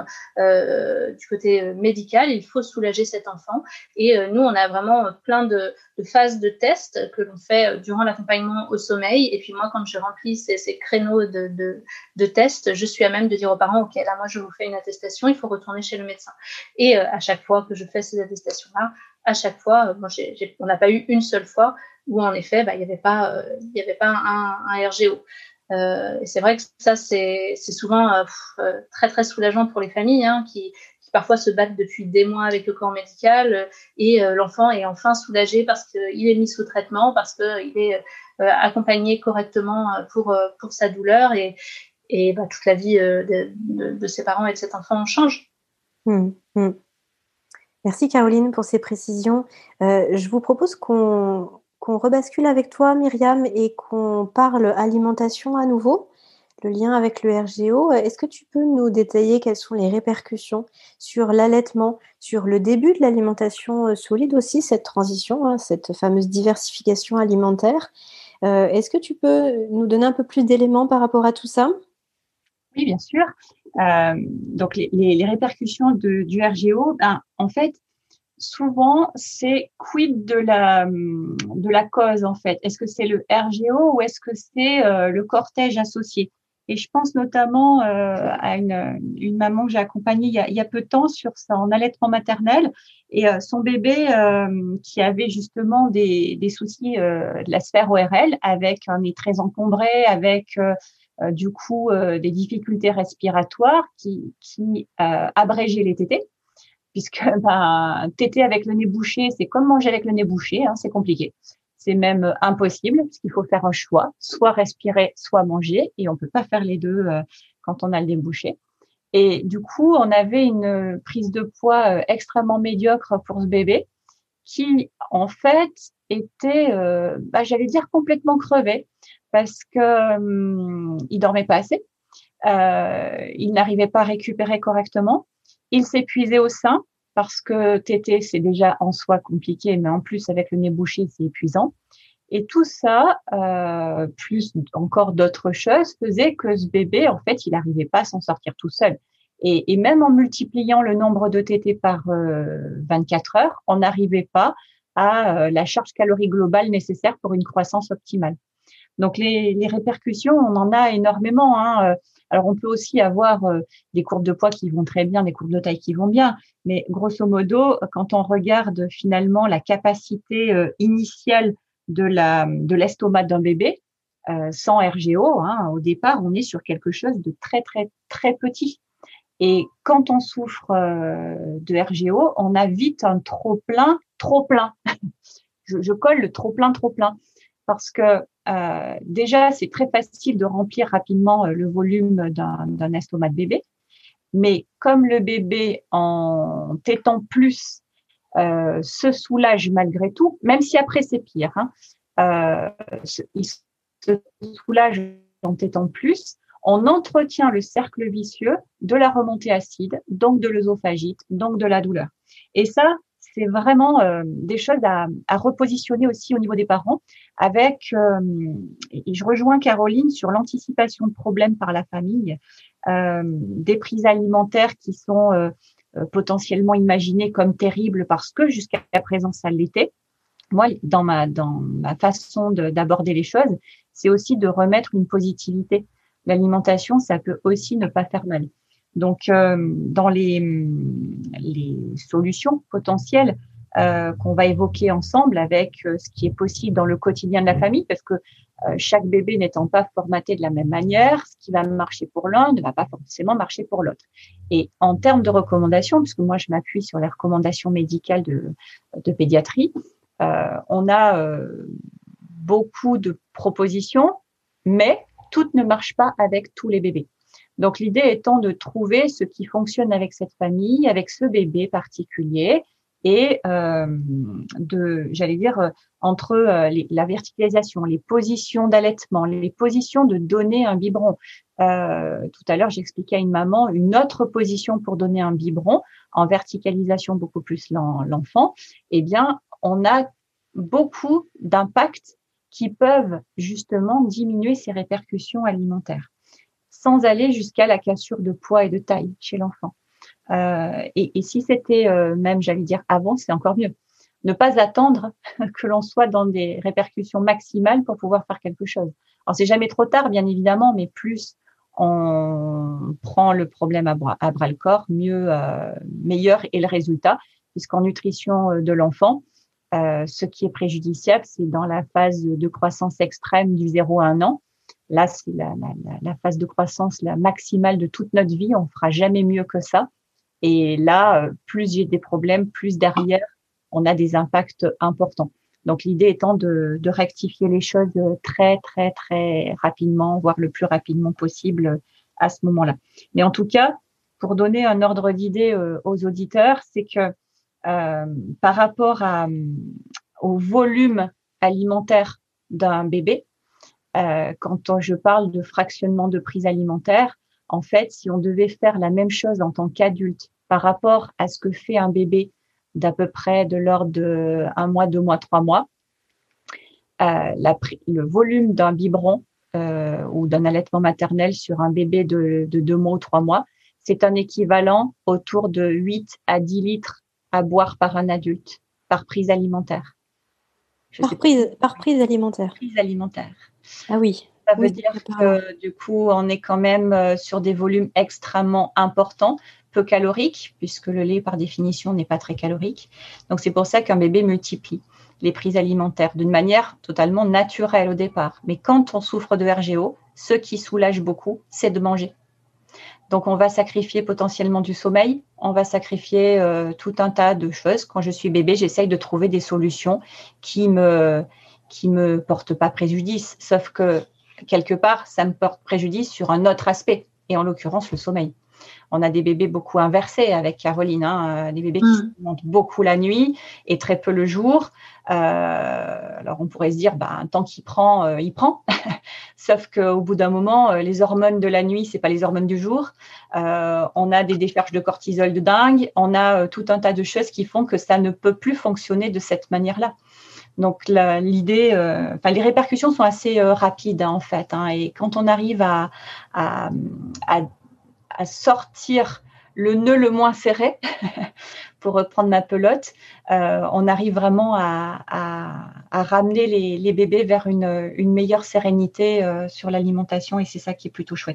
Speaker 2: euh, du côté médical. Il faut soulager cet enfant. Et euh, nous, on a vraiment plein de, de phases de tests que l'on fait durant l'accompagnement au sommeil. Et puis moi, quand je remplis ces, ces créneaux de, de, de tests, je suis à même de dire aux parents, OK, là, moi, je vous fais une attestation. Il faut retourner chez le médecin. Et euh, à chaque fois que je fais ces attestations-là, à chaque fois, moi, j'ai, j'ai, on n'a pas eu une seule fois où, en effet, bah, il n'y avait pas, euh, il y avait pas un, un R G O. Euh, et c'est vrai que ça, c'est, c'est souvent euh, pff, très, très soulageant pour les familles hein, qui, qui parfois se battent depuis des mois avec le corps médical euh, et euh, l'enfant est enfin soulagé parce qu'il est mis sous traitement, parce qu'il est euh, accompagné correctement pour, pour sa douleur et, et bah, toute la vie euh, de, de, de ses parents et de cet enfant change.
Speaker 1: Mmh, mmh. Merci Caroline pour ces précisions. Euh, je vous propose qu'on, qu'on rebascule avec toi Myriam et qu'on parle alimentation à nouveau, le lien avec le R G O. Est-ce que tu peux nous détailler quelles sont les répercussions sur l'allaitement, sur le début de l'alimentation solide aussi, cette transition, hein, cette fameuse diversification alimentaire. Euh, est-ce que tu peux nous donner un peu plus d'éléments par rapport à tout ça ?
Speaker 3: Oui, bien sûr. Euh, donc, les, les, les répercussions de, du R G O, ben, en fait, souvent, c'est quid de la, de la cause, en fait. Est-ce que c'est le R G O ou est-ce que c'est euh, le cortège associé ? Et je pense notamment euh, à une, une maman que j'ai accompagnée il y, a, il y a peu de temps sur son allaitement maternel et euh, son bébé euh, qui avait justement des, des soucis euh, de la sphère O R L avec un nez très encombré, avec euh, euh, du coup euh, des difficultés respiratoires qui, qui euh, abrégeaient les tétés. Puisque ben, téter avec le nez bouché, c'est comme manger avec le nez bouché, hein, c'est compliqué. C'est même impossible, parce qu'il faut faire un choix, soit respirer, soit manger, et on peut pas faire les deux euh, quand on a le nez bouché. Et du coup, on avait une prise de poids euh, extrêmement médiocre pour ce bébé, qui en fait était, euh, bah, j'allais dire complètement crevé, parce que hum, il dormait pas assez, euh, il n'arrivait pas à récupérer correctement. Il s'épuisait au sein parce que téter, c'est déjà en soi compliqué, mais en plus, avec le nez bouché, c'est épuisant. Et tout ça, euh, plus encore d'autres choses, faisait que ce bébé, en fait, il n'arrivait pas à s'en sortir tout seul. Et, et même en multipliant le nombre de tétés par euh, vingt-quatre heures, on n'arrivait pas à euh, la charge calorique globale nécessaire pour une croissance optimale. Donc, les, les répercussions, on en a énormément, hein. Alors, on peut aussi avoir euh, des courbes de poids qui vont très bien, des courbes de taille qui vont bien. Mais grosso modo, quand on regarde finalement la capacité euh, initiale de la de l'estomac d'un bébé, euh, sans R G O, hein, au départ, on est sur quelque chose de très, très, très petit. Et quand on souffre euh, de R G O, on a vite un trop-plein, trop-plein. je, je colle le trop-plein, trop-plein. Parce que euh, déjà, c'est très facile de remplir rapidement euh, le volume d'un, d'un estomac de bébé. Mais comme le bébé, en tétant plus, euh, se soulage malgré tout, même si après c'est pire, hein, euh, il se soulage en tétant plus, on entretient le cercle vicieux de la remontée acide, donc de l'œsophagite, donc de la douleur. Et ça, c'est vraiment euh, des choses à, à repositionner aussi au niveau des parents avec, euh, et je rejoins Caroline sur l'anticipation de problèmes par la famille, euh, des prises alimentaires qui sont euh, potentiellement imaginées comme terribles parce que jusqu'à présent ça l'était. Moi, dans ma, dans ma façon de, d'aborder les choses, c'est aussi de remettre une positivité. L'alimentation, ça peut aussi ne pas faire mal. Donc, euh, dans les, les solutions potentielles euh, qu'on va évoquer ensemble avec euh, ce qui est possible dans le quotidien de la famille, parce que euh, chaque bébé n'étant pas formaté de la même manière, ce qui va marcher pour l'un ne va pas forcément marcher pour l'autre. Et en termes de recommandations, parce que moi, je m'appuie sur les recommandations médicales de, de pédiatrie, euh, on a euh, beaucoup de propositions, mais toutes ne marchent pas avec tous les bébés. Donc, l'idée étant de trouver ce qui fonctionne avec cette famille, avec ce bébé particulier, et euh, de, j'allais dire, euh, entre euh, les, la verticalisation, les positions d'allaitement, les positions de donner un biberon. Euh, tout à l'heure, j'expliquais à une maman une autre position pour donner un biberon, en verticalisation beaucoup plus l'en, l'enfant. Eh bien, on a beaucoup d'impacts qui peuvent justement diminuer ces répercussions alimentaires, sans aller jusqu'à la cassure de poids et de taille chez l'enfant. Euh, et, et si c'était euh, même, j'allais dire, avant, c'est encore mieux. Ne pas attendre que l'on soit dans des répercussions maximales pour pouvoir faire quelque chose. Alors, c'est jamais trop tard, bien évidemment, mais plus on prend le problème à bras, à bras le corps, mieux, euh, meilleur est le résultat, puisqu'en nutrition de l'enfant, euh, ce qui est préjudiciable, c'est dans la phase de croissance extrême du zéro à un an. Là, c'est la, la, la phase de croissance la maximale de toute notre vie. On fera jamais mieux que ça. Et là, plus j'ai des problèmes, plus derrière, on a des impacts importants. Donc, l'idée étant de, de rectifier les choses très, très, très rapidement, voire le plus rapidement possible à ce moment-là. Mais en tout cas, pour donner un ordre d'idée aux auditeurs, c'est que euh, par rapport à, au volume alimentaire d'un bébé, euh, quand je parle de fractionnement de prise alimentaire, en fait, si on devait faire la même chose en tant qu'adulte par rapport à ce que fait un bébé d'à peu près de l'ordre de un mois, deux mois, trois mois, euh, la, le volume d'un biberon euh, ou d'un allaitement maternel sur un bébé de, de deux mois ou trois mois, c'est un équivalent autour de huit à dix litres à boire par un adulte, par prise alimentaire.
Speaker 1: Je par, prise, pas. par prise alimentaire.
Speaker 3: Prise alimentaire.
Speaker 1: Ah oui.
Speaker 3: Ça veut
Speaker 1: oui,
Speaker 3: dire que du coup, on est quand même sur des volumes extrêmement importants, peu caloriques, puisque le lait, par définition, n'est pas très calorique. Donc, c'est pour ça qu'un bébé multiplie les prises alimentaires d'une manière totalement naturelle au départ. Mais quand on souffre de R G O, ce qui soulage beaucoup, c'est de manger. Donc, on va sacrifier potentiellement du sommeil, on va sacrifier euh, tout un tas de choses. Quand je suis bébé, j'essaye de trouver des solutions qui me qui me portent pas préjudice, sauf que quelque part, ça me porte préjudice sur un autre aspect, et en l'occurrence, le sommeil. On a des bébés beaucoup inversés avec Caroline, hein, des bébés qui mmh. s'alimentent beaucoup la nuit et très peu le jour. Euh, alors, on pourrait se dire, bah, tant qu'il prend, euh, il prend. Sauf qu'au bout d'un moment, les hormones de la nuit, c'est pas les hormones du jour. Euh, on a des décharges de cortisol de dingue. On a euh, tout un tas de choses qui font que ça ne peut plus fonctionner de cette manière-là. Donc, la, l'idée, euh, enfin, les répercussions sont assez euh, rapides, hein, en fait. Hein, et quand on arrive à, à, à, à sortir le nœud le moins serré, pour reprendre ma pelote, euh, on arrive vraiment à, à, à ramener les, les bébés vers une, une meilleure sérénité euh, sur l'alimentation, et c'est ça qui est plutôt chouette.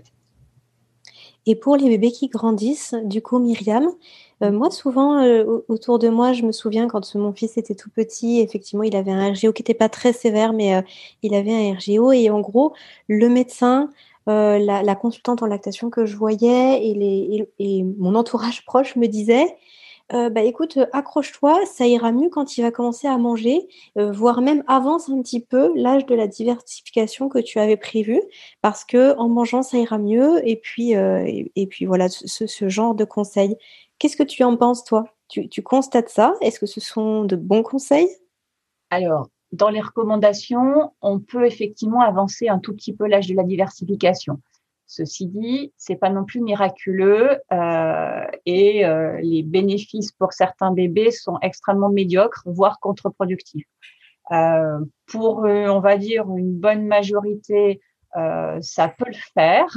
Speaker 1: Et pour les bébés qui grandissent, du coup, Myriam, euh, moi, souvent, euh, autour de moi, je me souviens quand mon fils était tout petit, effectivement, il avait un R G O qui n'était pas très sévère, mais euh, il avait un R G O. Et en gros, le médecin, euh, la, la consultante en lactation que je voyais et, les, et, et mon entourage proche me disaient euh, bah, écoute, accroche-toi, ça ira mieux quand il va commencer à manger, euh, voire même avance un petit peu l'âge de la diversification que tu avais prévu, parce que en mangeant, ça ira mieux. Et puis, euh, et, et puis voilà, ce, ce genre de conseils. Qu'est-ce que tu en penses, toi ? tu, tu constates ça ? Est-ce que ce sont de bons conseils ?
Speaker 3: Alors, dans les recommandations, on peut effectivement avancer un tout petit peu l'âge de la diversification. Ceci dit, c'est pas non plus miraculeux euh, et euh, les bénéfices pour certains bébés sont extrêmement médiocres, voire contre-productifs. Euh, pour, euh, on va dire, une bonne majorité, euh, ça peut le faire,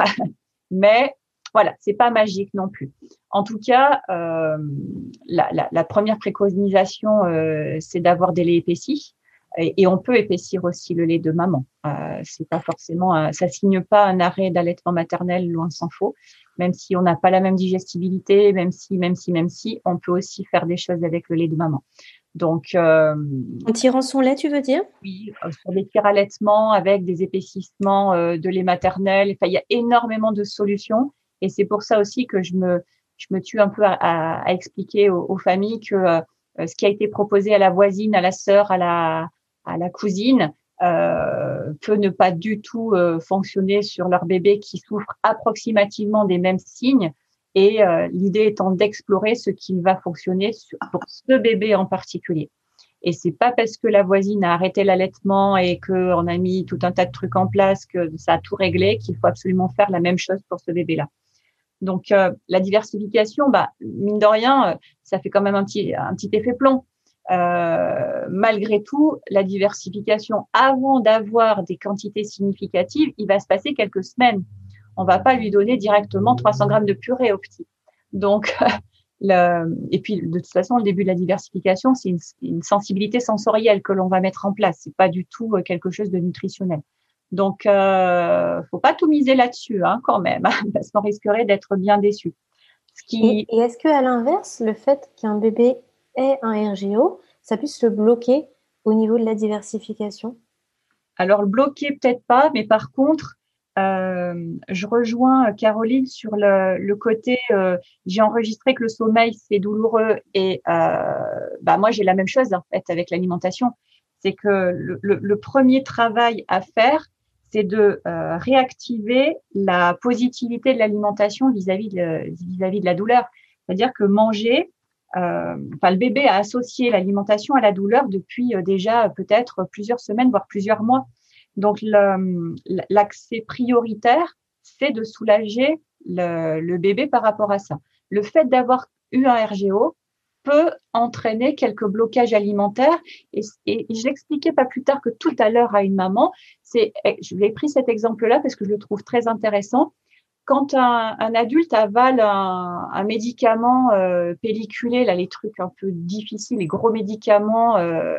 Speaker 3: mais voilà, c'est pas magique non plus. En tout cas, euh, la, la, la première préconisation, euh, c'est d'avoir des laits épaissis. Et, et on peut épaissir aussi le lait de maman. Euh, c'est pas forcément, un, ça signe pas un arrêt d'allaitement maternel, loin s'en faut. Même si on n'a pas la même digestibilité, même si, même si, même si, on peut aussi faire des choses avec le lait de maman. Donc, euh,
Speaker 1: en tirant son lait, tu veux dire ?
Speaker 3: Oui, sur des tirs allaitements avec des épaississements euh, de lait maternel. Enfin, il y a énormément de solutions, et c'est pour ça aussi que je me, je me tue un peu à, à, à expliquer aux, aux familles que euh, ce qui a été proposé à la voisine, à la sœur, à la à la cousine, euh, peut ne pas du tout euh, fonctionner sur leur bébé qui souffre approximativement des mêmes signes. Et euh, l'idée étant d'explorer ce qui va fonctionner sur, pour ce bébé en particulier. Et c'est pas parce que la voisine a arrêté l'allaitement et qu'on a mis tout un tas de trucs en place que ça a tout réglé qu'il faut absolument faire la même chose pour ce bébé-là. Donc euh, la diversification, bah mine de rien, ça fait quand même un petit un petit effet plomb. euh, malgré tout, la diversification, avant d'avoir des quantités significatives, il va se passer quelques semaines. On va pas lui donner directement trois cents grammes de purée au petit. Donc, le, et puis de toute façon, le début de la diversification, c'est une, une sensibilité sensorielle que l'on va mettre en place. C'est pas du tout quelque chose de nutritionnel. Donc, euh, faut pas tout miser là-dessus, hein, quand même, hein, parce qu'on risquerait d'être bien déçu.
Speaker 1: Ce qui... Et, et est-ce qu'à l'inverse, le fait qu'un bébé ait un R G O, ça puisse le bloquer au niveau de la diversification?
Speaker 3: Alors, le bloquer, peut-être pas, mais par contre, euh, je rejoins Caroline sur le, le côté, euh, j'ai enregistré que le sommeil, c'est douloureux et euh, bah moi, j'ai la même chose en fait avec l'alimentation. C'est que le, le, le premier travail à faire, c'est de euh, réactiver la positivité de l'alimentation vis-à-vis de, vis-à-vis de la douleur. C'est-à-dire que manger, euh, enfin le bébé a associé l'alimentation à la douleur depuis euh, déjà peut-être plusieurs semaines, voire plusieurs mois. Donc le, l'accès prioritaire, c'est de soulager le, le bébé par rapport à ça. Le fait d'avoir eu un R G O peut entraîner quelques blocages alimentaires. Et, et je l'expliquais pas plus tard que tout à l'heure à une maman. C'est, je lui ai pris cet exemple-là parce que je le trouve très intéressant. Quand un, un adulte avale un, un médicament euh, pelliculé, là les trucs un peu difficiles, les gros médicaments, euh,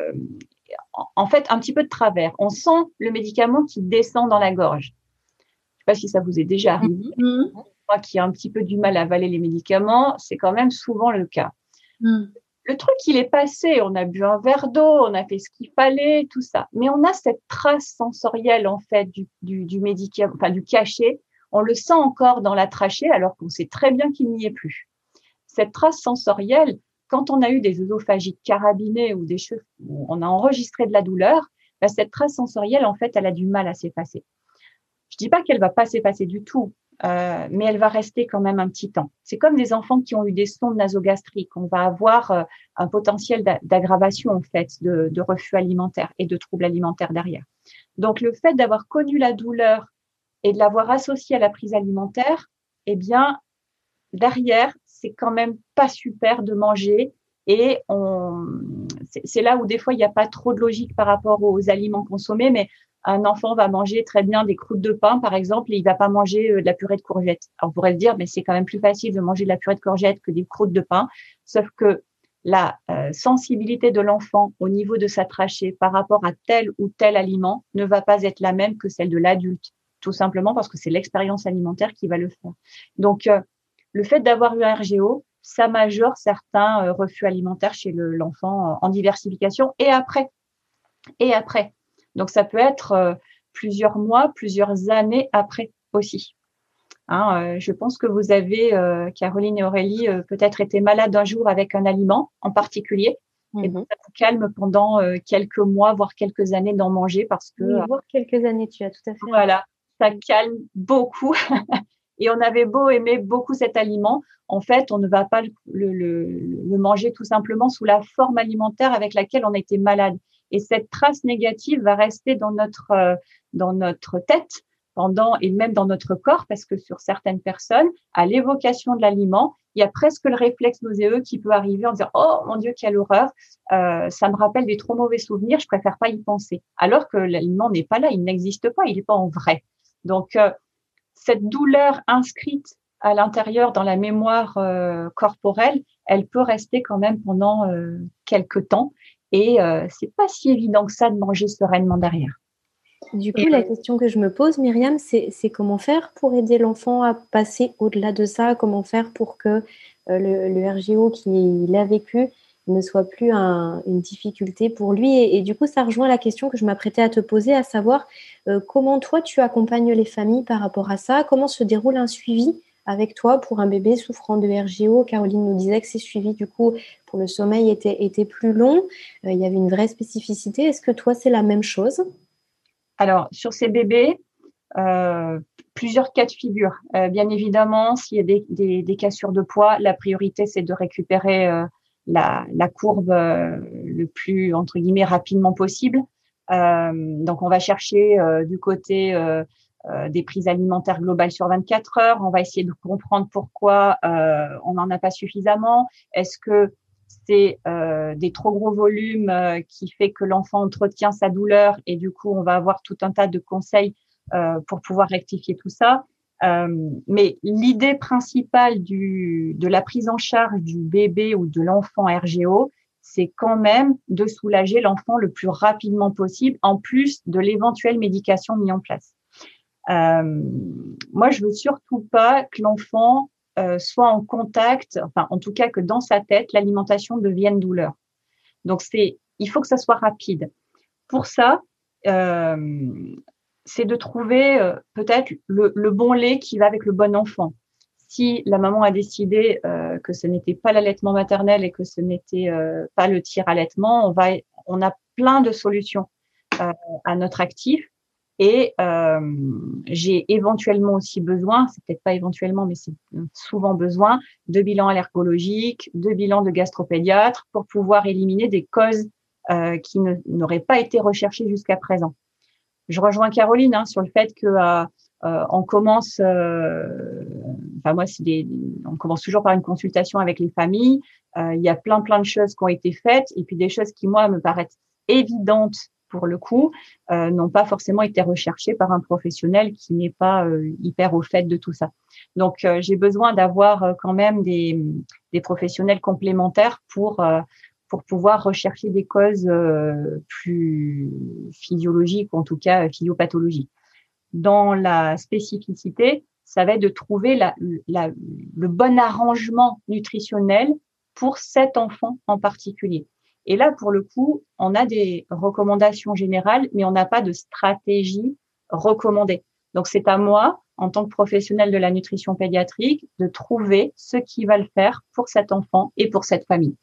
Speaker 3: en, en fait un petit peu de travers. On sent le médicament qui descend dans la gorge. Je sais pas si ça vous est déjà arrivé. Mm-hmm. Moi qui ai un petit peu du mal à avaler les médicaments, c'est quand même souvent le cas. Mm. Le truc, il est passé. On a bu un verre d'eau, on a fait ce qu'il fallait, tout ça. Mais on a cette trace sensorielle, en fait, du, du, du médicament, enfin, du cachet. On le sent encore dans la trachée, alors qu'on sait très bien qu'il n'y est plus. Cette trace sensorielle, quand on a eu des œsophagites carabinées ou des cheveux où on a enregistré de la douleur, ben, cette trace sensorielle, en fait, elle a du mal à s'effacer. Je dis pas qu'elle va pas s'effacer du tout. Euh, mais elle va rester quand même un petit temps. C'est comme des enfants qui ont eu des sondes nasogastriques. On va avoir euh, un potentiel d'aggravation, en fait, de, de reflux alimentaire et de troubles alimentaires derrière. Donc, le fait d'avoir connu la douleur et de l'avoir associée à la prise alimentaire, eh bien, derrière, c'est quand même pas super de manger et on, c'est, c'est là où des fois, il n'y a pas trop de logique par rapport aux aliments consommés, mais un enfant va manger très bien des croûtes de pain, par exemple, et il va pas manger de la purée de courgettes. Alors, on pourrait se dire, mais c'est quand même plus facile de manger de la purée de courgettes que des croûtes de pain. Sauf que la euh, sensibilité de l'enfant au niveau de sa trachée par rapport à tel ou tel aliment ne va pas être la même que celle de l'adulte. Tout simplement parce que c'est l'expérience alimentaire qui va le faire. Donc, euh, le fait d'avoir eu un R G O, ça majore certains euh, refus alimentaires chez le, l'enfant euh, en diversification et après. Et après. Donc, ça peut être euh, plusieurs mois, plusieurs années après aussi. Hein, euh, je pense que vous avez, euh, Caroline et Aurélie, euh, peut-être été malade un jour avec un aliment en particulier. Mm-hmm. Et donc, ça vous calme pendant euh, quelques mois, voire quelques années d'en manger parce que…
Speaker 1: Oui, voire quelques années, tu as tout à fait.
Speaker 3: Voilà, ça calme beaucoup. Et on avait beau aimer beaucoup cet aliment, en fait, on ne va pas le, le, le, le manger tout simplement sous la forme alimentaire avec laquelle on a été malade. Et cette trace négative va rester dans notre euh, dans notre tête pendant et même dans notre corps parce que sur certaines personnes, à l'évocation de l'aliment, il y a presque le réflexe nauséeux qui peut arriver en disant « Oh mon Dieu, quelle horreur, euh, ça me rappelle des trop mauvais souvenirs, je préfère pas y penser. » Alors que l'aliment n'est pas là, il n'existe pas, il n'est pas en vrai. Donc, euh, cette douleur inscrite à l'intérieur dans la mémoire euh, corporelle, elle peut rester quand même pendant euh, quelques temps. Et euh, c'est pas si évident que ça de manger sereinement derrière.
Speaker 1: Du coup, la question que je me pose, Myriam, c'est, c'est comment faire pour aider l'enfant à passer au-delà de ça? Comment faire pour que euh, le, le R G O qu'il a vécu ne soit plus un, une difficulté pour lui? Et, et du coup, ça rejoint la question que je m'apprêtais à te poser, à savoir euh, comment toi, tu accompagnes les familles par rapport à ça? Comment se déroule un suivi avec toi pour un bébé souffrant de R G O? Caroline nous disait que ces suivis, du coup, pour le sommeil étaient, étaient plus longs. Euh, il y avait une vraie spécificité. Est-ce que toi, c'est la même chose?
Speaker 3: Alors, sur ces bébés, euh, plusieurs cas de figure. Euh, bien évidemment, s'il y a des, des, des cassures de poids, la priorité, c'est de récupérer euh, la, la courbe euh, le plus, entre guillemets, rapidement possible. Euh, donc, on va chercher euh, du côté euh, euh, des prises alimentaires globales sur vingt-quatre heures. On va essayer de comprendre pourquoi euh, on n'en a pas suffisamment. Est-ce que c'est euh, des trop gros volumes euh, qui fait que l'enfant entretient sa douleur et du coup, on va avoir tout un tas de conseils euh, pour pouvoir rectifier tout ça. Euh, mais l'idée principale du, de la prise en charge du bébé ou de l'enfant R G O, c'est quand même de soulager l'enfant le plus rapidement possible, en plus de l'éventuelle médication mise en place. Euh, moi, je veux surtout pas que l'enfant euh, soit en contact, enfin, en tout cas que dans sa tête, l'alimentation devienne douleur. Donc, c'est, il faut que ça soit rapide. Pour ça, euh, c'est de trouver euh, peut-être le, le bon lait qui va avec le bon enfant. Si la maman a décidé euh, que ce n'était pas l'allaitement maternel et que ce n'était euh, pas le tire-allaitement, on va, on a plein de solutions euh, à notre actif. Et euh, j'ai éventuellement aussi besoin, c'est peut-être pas éventuellement, mais c'est souvent besoin de bilans allergologiques, de bilans de gastropédiatre pour pouvoir éliminer des causes euh, qui ne, n'auraient pas été recherchées jusqu'à présent. Je rejoins Caroline hein, sur le fait que euh, euh, on commence, euh, enfin moi c'est des, on commence toujours par une consultation avec les familles. Euh, il y a plein plein de choses qui ont été faites et puis des choses qui moi me paraissent évidentes pour le coup, euh, n'ont pas forcément été recherchées par un professionnel qui n'est pas euh, hyper au fait de tout ça. Donc, euh, j'ai besoin d'avoir euh, quand même des, des professionnels complémentaires pour euh, pour pouvoir rechercher des causes euh, plus physiologiques, ou en tout cas physiopathologiques. Dans la spécificité, ça va être de trouver la, la, le bon arrangement nutritionnel pour cet enfant en particulier. Et là, pour le coup, on a des recommandations générales, mais on n'a pas de stratégie recommandée. Donc, c'est à moi, en tant que professionnel de la nutrition pédiatrique, de trouver ce qui va le faire pour cet enfant et pour cette famille.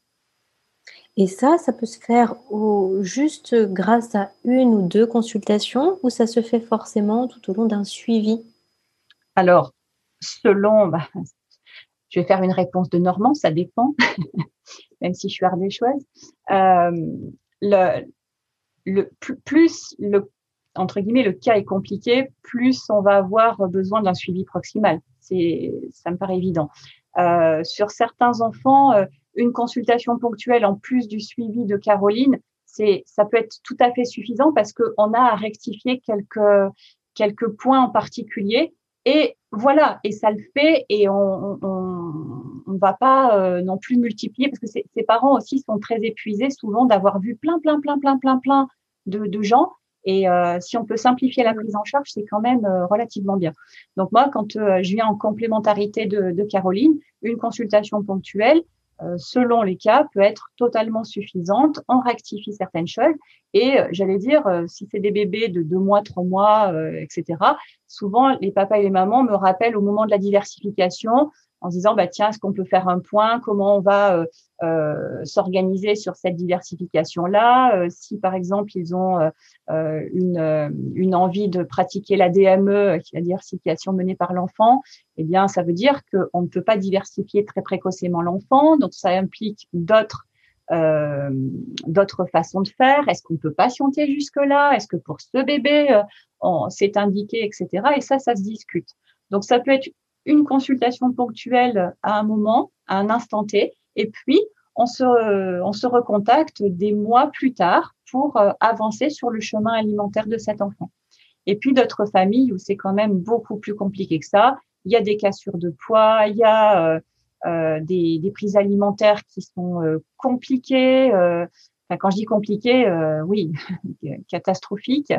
Speaker 1: Et ça, ça peut se faire au, juste grâce à une ou deux consultations ou ça se fait forcément tout au long d'un suivi?
Speaker 3: Alors, selon... Bah, je vais faire une réponse de Normand, ça dépend. Même si je suis ardéchoise, euh, le, le plus le entre guillemets le cas est compliqué, plus on va avoir besoin d'un suivi proximal. C'est, ça me paraît évident. Euh, sur certains enfants, euh, une consultation ponctuelle en plus du suivi de Caroline, c'est, ça peut être tout à fait suffisant parce que on a à rectifier quelques quelques points en particulier. Et voilà, et ça le fait, et on on, on va pas euh, non plus multiplier parce que ces, ces parents aussi sont très épuisés souvent d'avoir vu plein plein plein plein plein plein de, de gens. Et euh, si on peut simplifier la prise en charge, c'est quand même euh, relativement bien. Donc moi, quand euh, je viens en complémentarité de, de Caroline, une consultation ponctuelle, euh, selon les cas, peut être totalement suffisante. On rectifie certaines choses. Et euh, j'allais dire, euh, si c'est des bébés de deux mois, trois mois, euh, et cetera, souvent les papas et les mamans me rappellent au moment de la diversification en se disant, bah tiens, est-ce qu'on peut faire un point? Comment on va euh, euh, s'organiser sur cette diversification-là? euh, Si par exemple ils ont euh, une, euh, une envie de pratiquer la D M E, qui est la diversification menée par l'enfant, eh bien ça veut dire qu'on ne peut pas diversifier très précocement l'enfant, donc ça implique d'autres euh, d'autres façons de faire. Est-ce qu'on peut patienter jusque-là? Est-ce que pour ce bébé euh, on, c'est indiqué, et cetera. Et ça, ça se discute. Donc ça peut être une consultation ponctuelle à un moment, à un instant T, et puis on se, on se recontacte des mois plus tard pour euh, avancer sur le chemin alimentaire de cet enfant. Et puis d'autres familles où c'est quand même beaucoup plus compliqué que ça. Il y a des cassures de poids, il y a euh, euh, des, des prises alimentaires qui sont euh, compliquées. Euh, enfin, quand je dis compliquées, euh, oui, catastrophiques,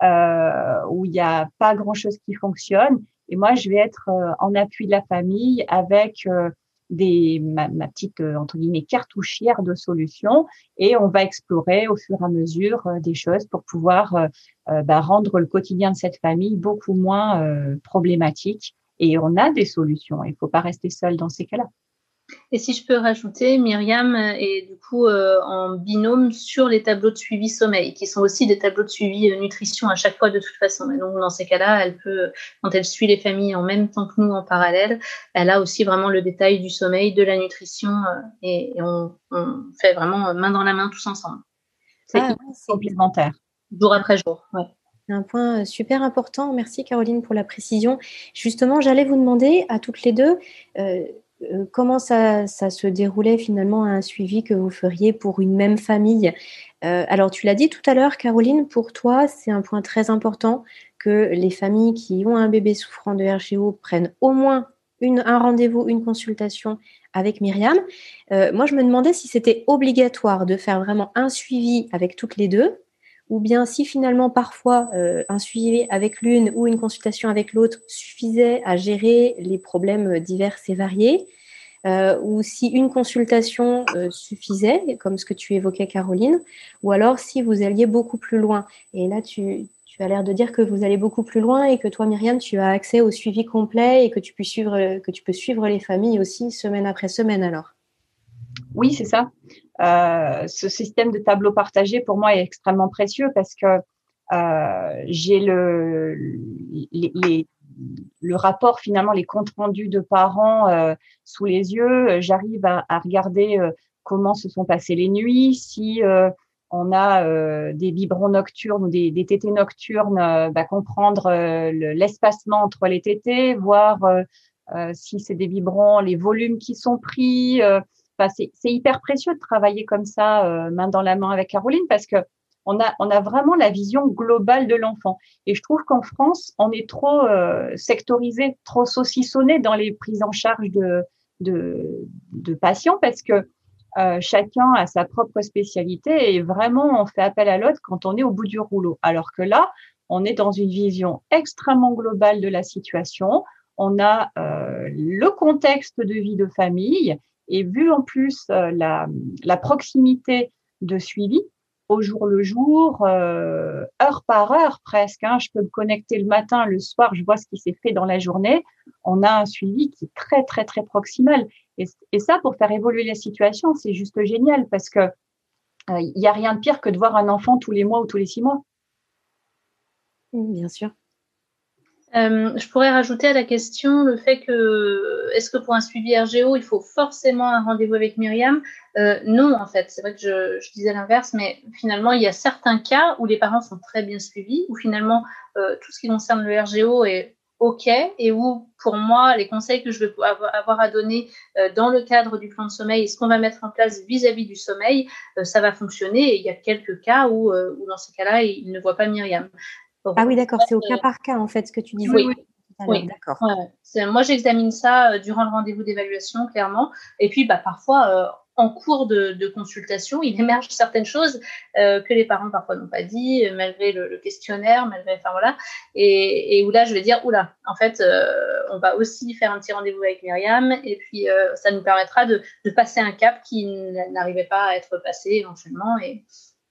Speaker 3: euh, où il n'y a pas grand-chose qui fonctionne. Et moi, je vais être euh, en appui de la famille avec euh, des ma, ma petite euh, entre guillemets cartouchière de solutions, et on va explorer au fur et à mesure euh, des choses pour pouvoir euh, euh, bah, rendre le quotidien de cette famille beaucoup moins euh, problématique. Et on a des solutions. Il ne faut pas rester seul dans ces cas-là.
Speaker 2: Et si je peux rajouter, Myriam est du coup euh, en binôme sur les tableaux de suivi sommeil, qui sont aussi des tableaux de suivi euh, nutrition à chaque fois de toute façon. Et donc dans ces cas-là, elle peut, quand elle suit les familles en même temps que nous en parallèle, elle a aussi vraiment le détail du sommeil, de la nutrition, euh, et, et on, on fait vraiment main dans la main tous ensemble.
Speaker 3: C'est ah, complémentaire.
Speaker 2: Jour après jour, ouais.
Speaker 1: Un point super important. Merci Caroline pour la précision. Justement, j'allais vous demander à toutes les deux, euh, euh, comment ça, ça se déroulait finalement un suivi que vous feriez pour une même famille? Euh, alors, tu l'as dit tout à l'heure, Caroline, pour toi, c'est un point très important que les familles qui ont un bébé souffrant de R G O prennent au moins une, un rendez-vous, une consultation avec Myriam. Euh, moi, je me demandais si c'était obligatoire de faire vraiment un suivi avec toutes les deux, ou bien si finalement parfois euh, un suivi avec l'une ou une consultation avec l'autre suffisait à gérer les problèmes divers et variés, euh, ou si une consultation euh, suffisait, comme ce que tu évoquais Caroline, ou alors si vous alliez beaucoup plus loin. Et là, tu, tu as l'air de dire que vous allez beaucoup plus loin et que toi, Myriam, tu as accès au suivi complet et que tu peux suivre, que tu peux suivre les familles aussi semaine après semaine alors.
Speaker 3: Oui, c'est ça. Euh, ce système de tableau partagé, pour moi, est extrêmement précieux parce que euh, j'ai le, les, les, le rapport, finalement, les comptes rendus de parents euh, sous les yeux. J'arrive à, à regarder euh, comment se sont passées les nuits, si euh, on a euh, des biberons nocturnes ou des, des tétés nocturnes, euh, bah, comprendre euh, le, l'espacement entre les tétés, voir euh, euh, si c'est des biberons, les volumes qui sont pris. Euh, Enfin, c'est, c'est hyper précieux de travailler comme ça, euh, main dans la main avec Caroline, parce que on a, on a vraiment la vision globale de l'enfant. Et je trouve qu'en France, on est trop euh, sectorisé, trop saucissonné dans les prises en charge de, de, de patients, parce que euh, chacun a sa propre spécialité et vraiment on fait appel à l'autre quand on est au bout du rouleau. Alors que là, on est dans une vision extrêmement globale de la situation. On a euh, le contexte de vie de famille. Et vu en plus euh, la, la proximité de suivi au jour le jour, euh, heure par heure presque, hein, je peux me connecter le matin, le soir, je vois ce qui s'est fait dans la journée. On a un suivi qui est très, très, très proximal. Et, et ça, pour faire évoluer la situation, c'est juste génial parce que euh, il n'y a rien de pire que de voir un enfant tous les mois ou tous les six mois.
Speaker 1: Bien sûr.
Speaker 2: Euh, je pourrais rajouter à la question le fait que, est-ce que pour un suivi R G O, il faut forcément un rendez-vous avec Myriam? euh, Non, en fait, c'est vrai que je, je disais l'inverse, mais finalement, il y a certains cas où les parents sont très bien suivis, où finalement, euh, tout ce qui concerne le R G O est OK, et où, pour moi, les conseils que je vais avoir à donner euh, dans le cadre du plan de sommeil et ce qu'on va mettre en place vis-à-vis du sommeil, euh, ça va fonctionner, et il y a quelques cas où, euh, où dans ces cas-là, il ne voit pas Myriam.
Speaker 1: Ah oui, d'accord, c'est au cas par cas, en fait, ce que tu disais.
Speaker 2: Oui,
Speaker 1: tout à l'heure.
Speaker 2: oui.
Speaker 1: D'accord.
Speaker 2: Ouais. C'est, moi, j'examine ça euh, durant le rendez-vous d'évaluation, clairement. Et puis, bah, parfois, euh, en cours de, de consultation, il émerge certaines choses euh, que les parents, parfois, n'ont pas dit, malgré le, le questionnaire, malgré, enfin, voilà. Et, et où là, je vais dire, oula, en fait, euh, on va aussi faire un petit rendez-vous avec Myriam. Et puis, euh, ça nous permettra de, de passer un cap qui n'arrivait pas à être passé éventuellement. Et,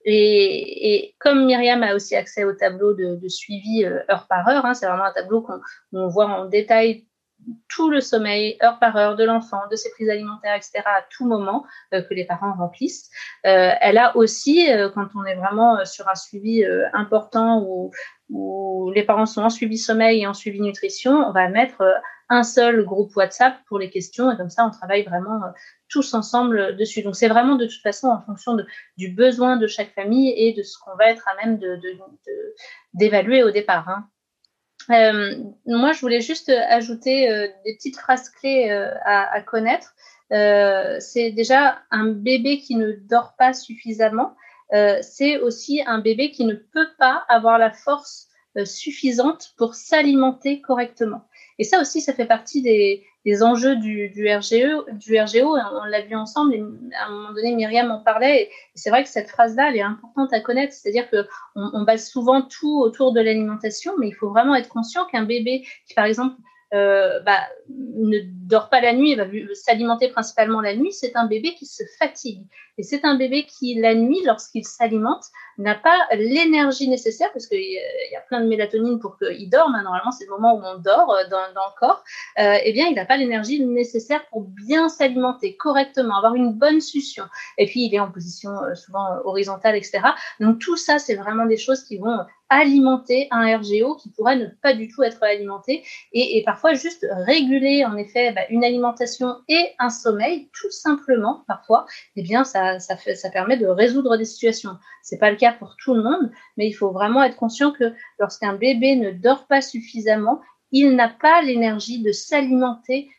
Speaker 2: Et, et comme Myriam a aussi accès au tableau de, de suivi euh, heure par heure, hein, c'est vraiment un tableau qu'on, on voit en détail tout le sommeil, heure par heure de l'enfant, de ses prises alimentaires, et cetera, à tout moment euh, que les parents remplissent. Euh, elle a aussi, euh, quand on est vraiment sur un suivi euh, important où, où les parents sont en suivi sommeil et en suivi nutrition, on va mettre euh, un seul groupe WhatsApp pour les questions, et comme ça, on travaille vraiment euh, tous ensemble dessus. Donc, c'est vraiment de toute façon en fonction de, du besoin de chaque famille et de ce qu'on va être à même de, de, de, d'évaluer au départ. Hein. Euh, moi, je voulais juste ajouter euh, des petites phrases clés euh, à, à connaître. Euh, c'est déjà un bébé qui ne dort pas suffisamment. Euh, c'est aussi un bébé qui ne peut pas avoir la force euh, suffisante pour s'alimenter correctement. Et ça aussi, ça fait partie des, des enjeux du, du R G E, du R G O. On l'a vu ensemble. Et à un moment donné, Myriam en parlait. Et c'est vrai que cette phrase-là, elle est importante à connaître. C'est-à-dire que on, on base souvent tout autour de l'alimentation, mais il faut vraiment être conscient qu'un bébé qui, par exemple, euh, bah, ne dort pas la nuit et va s'alimenter principalement la nuit, c'est un bébé qui se fatigue. Et c'est un bébé qui, la nuit, lorsqu'il s'alimente, n'a pas l'énergie nécessaire, parce qu'il y a plein de mélatonine pour qu'il dorme, hein, normalement c'est le moment où on dort euh, dans, dans le corps, euh, eh bien il n'a pas l'énergie nécessaire pour bien s'alimenter correctement, avoir une bonne succion. Et puis il est en position euh, souvent euh, horizontale, et cetera. Donc tout ça, c'est vraiment des choses qui vont alimenter un R G O qui pourrait ne pas du tout être alimenté, et, et parfois juste réguler en effet bah, une alimentation et un sommeil, tout simplement parfois, eh bien ça, ça, fait, ça permet de résoudre des situations. C'est pas le cas pour tout le monde, mais il faut vraiment être conscient que lorsqu'un bébé ne dort pas suffisamment, il n'a pas l'énergie de s'alimenter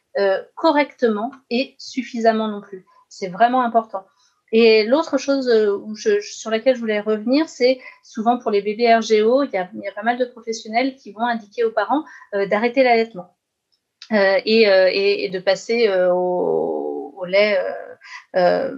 Speaker 2: euh, correctement et suffisamment non plus. C'est vraiment important. Et l'autre chose où je, sur laquelle je voulais revenir, c'est souvent pour les bébés R G O, il y a, il y a pas mal de professionnels qui vont indiquer aux parents euh, d'arrêter l'allaitement euh, et, euh, et, et de passer euh, au, au lait euh, euh,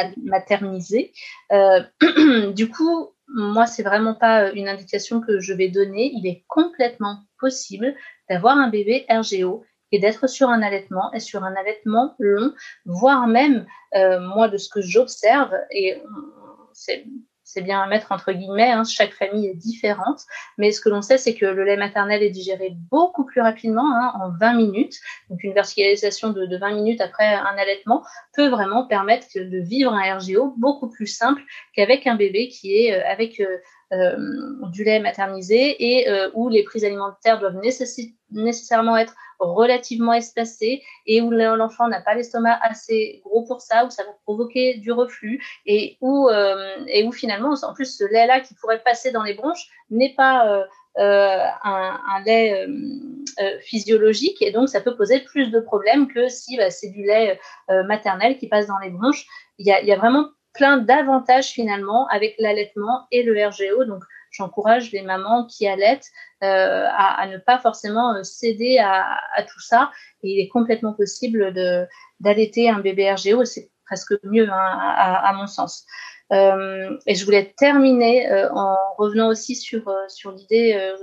Speaker 2: maternisé. Euh, du coup, moi, c'est vraiment pas une indication que je vais donner. Il est complètement possible d'avoir un bébé R G O et d'être sur un allaitement et sur un allaitement long, voire même, euh, moi, de ce que j'observe, et c'est, c'est bien à mettre entre guillemets, hein, chaque famille est différente, mais ce que l'on sait, c'est que le lait maternel est digéré beaucoup plus rapidement, hein, en vingt minutes. Donc, une verticalisation de, de vingt minutes après un allaitement peut vraiment permettre de vivre un R G O beaucoup plus simple qu'avec un bébé qui est euh, avec euh, euh, du lait maternisé et euh, où les prises alimentaires doivent nécessi- nécessairement être relativement espacées et où l'enfant n'a pas l'estomac assez gros pour ça, où ça va provoquer du reflux et où, euh, et où finalement, en plus, ce lait-là qui pourrait passer dans les bronches n'est pas euh, euh, un, un lait euh, euh, physiologique et donc ça peut poser plus de problèmes que si bah, c'est du lait euh, maternel qui passe dans les bronches. Il y a, il y a vraiment plein d'avantages finalement avec l'allaitement et le R G O. Donc, j'encourage les mamans qui allaitent euh, à, à ne pas forcément céder à, à tout ça. Et il est complètement possible de, d'allaiter un bébé R G O. C'est presque mieux, hein, à, à mon sens. Euh, et je voulais terminer euh, en revenant aussi sur, euh, sur l'idée euh,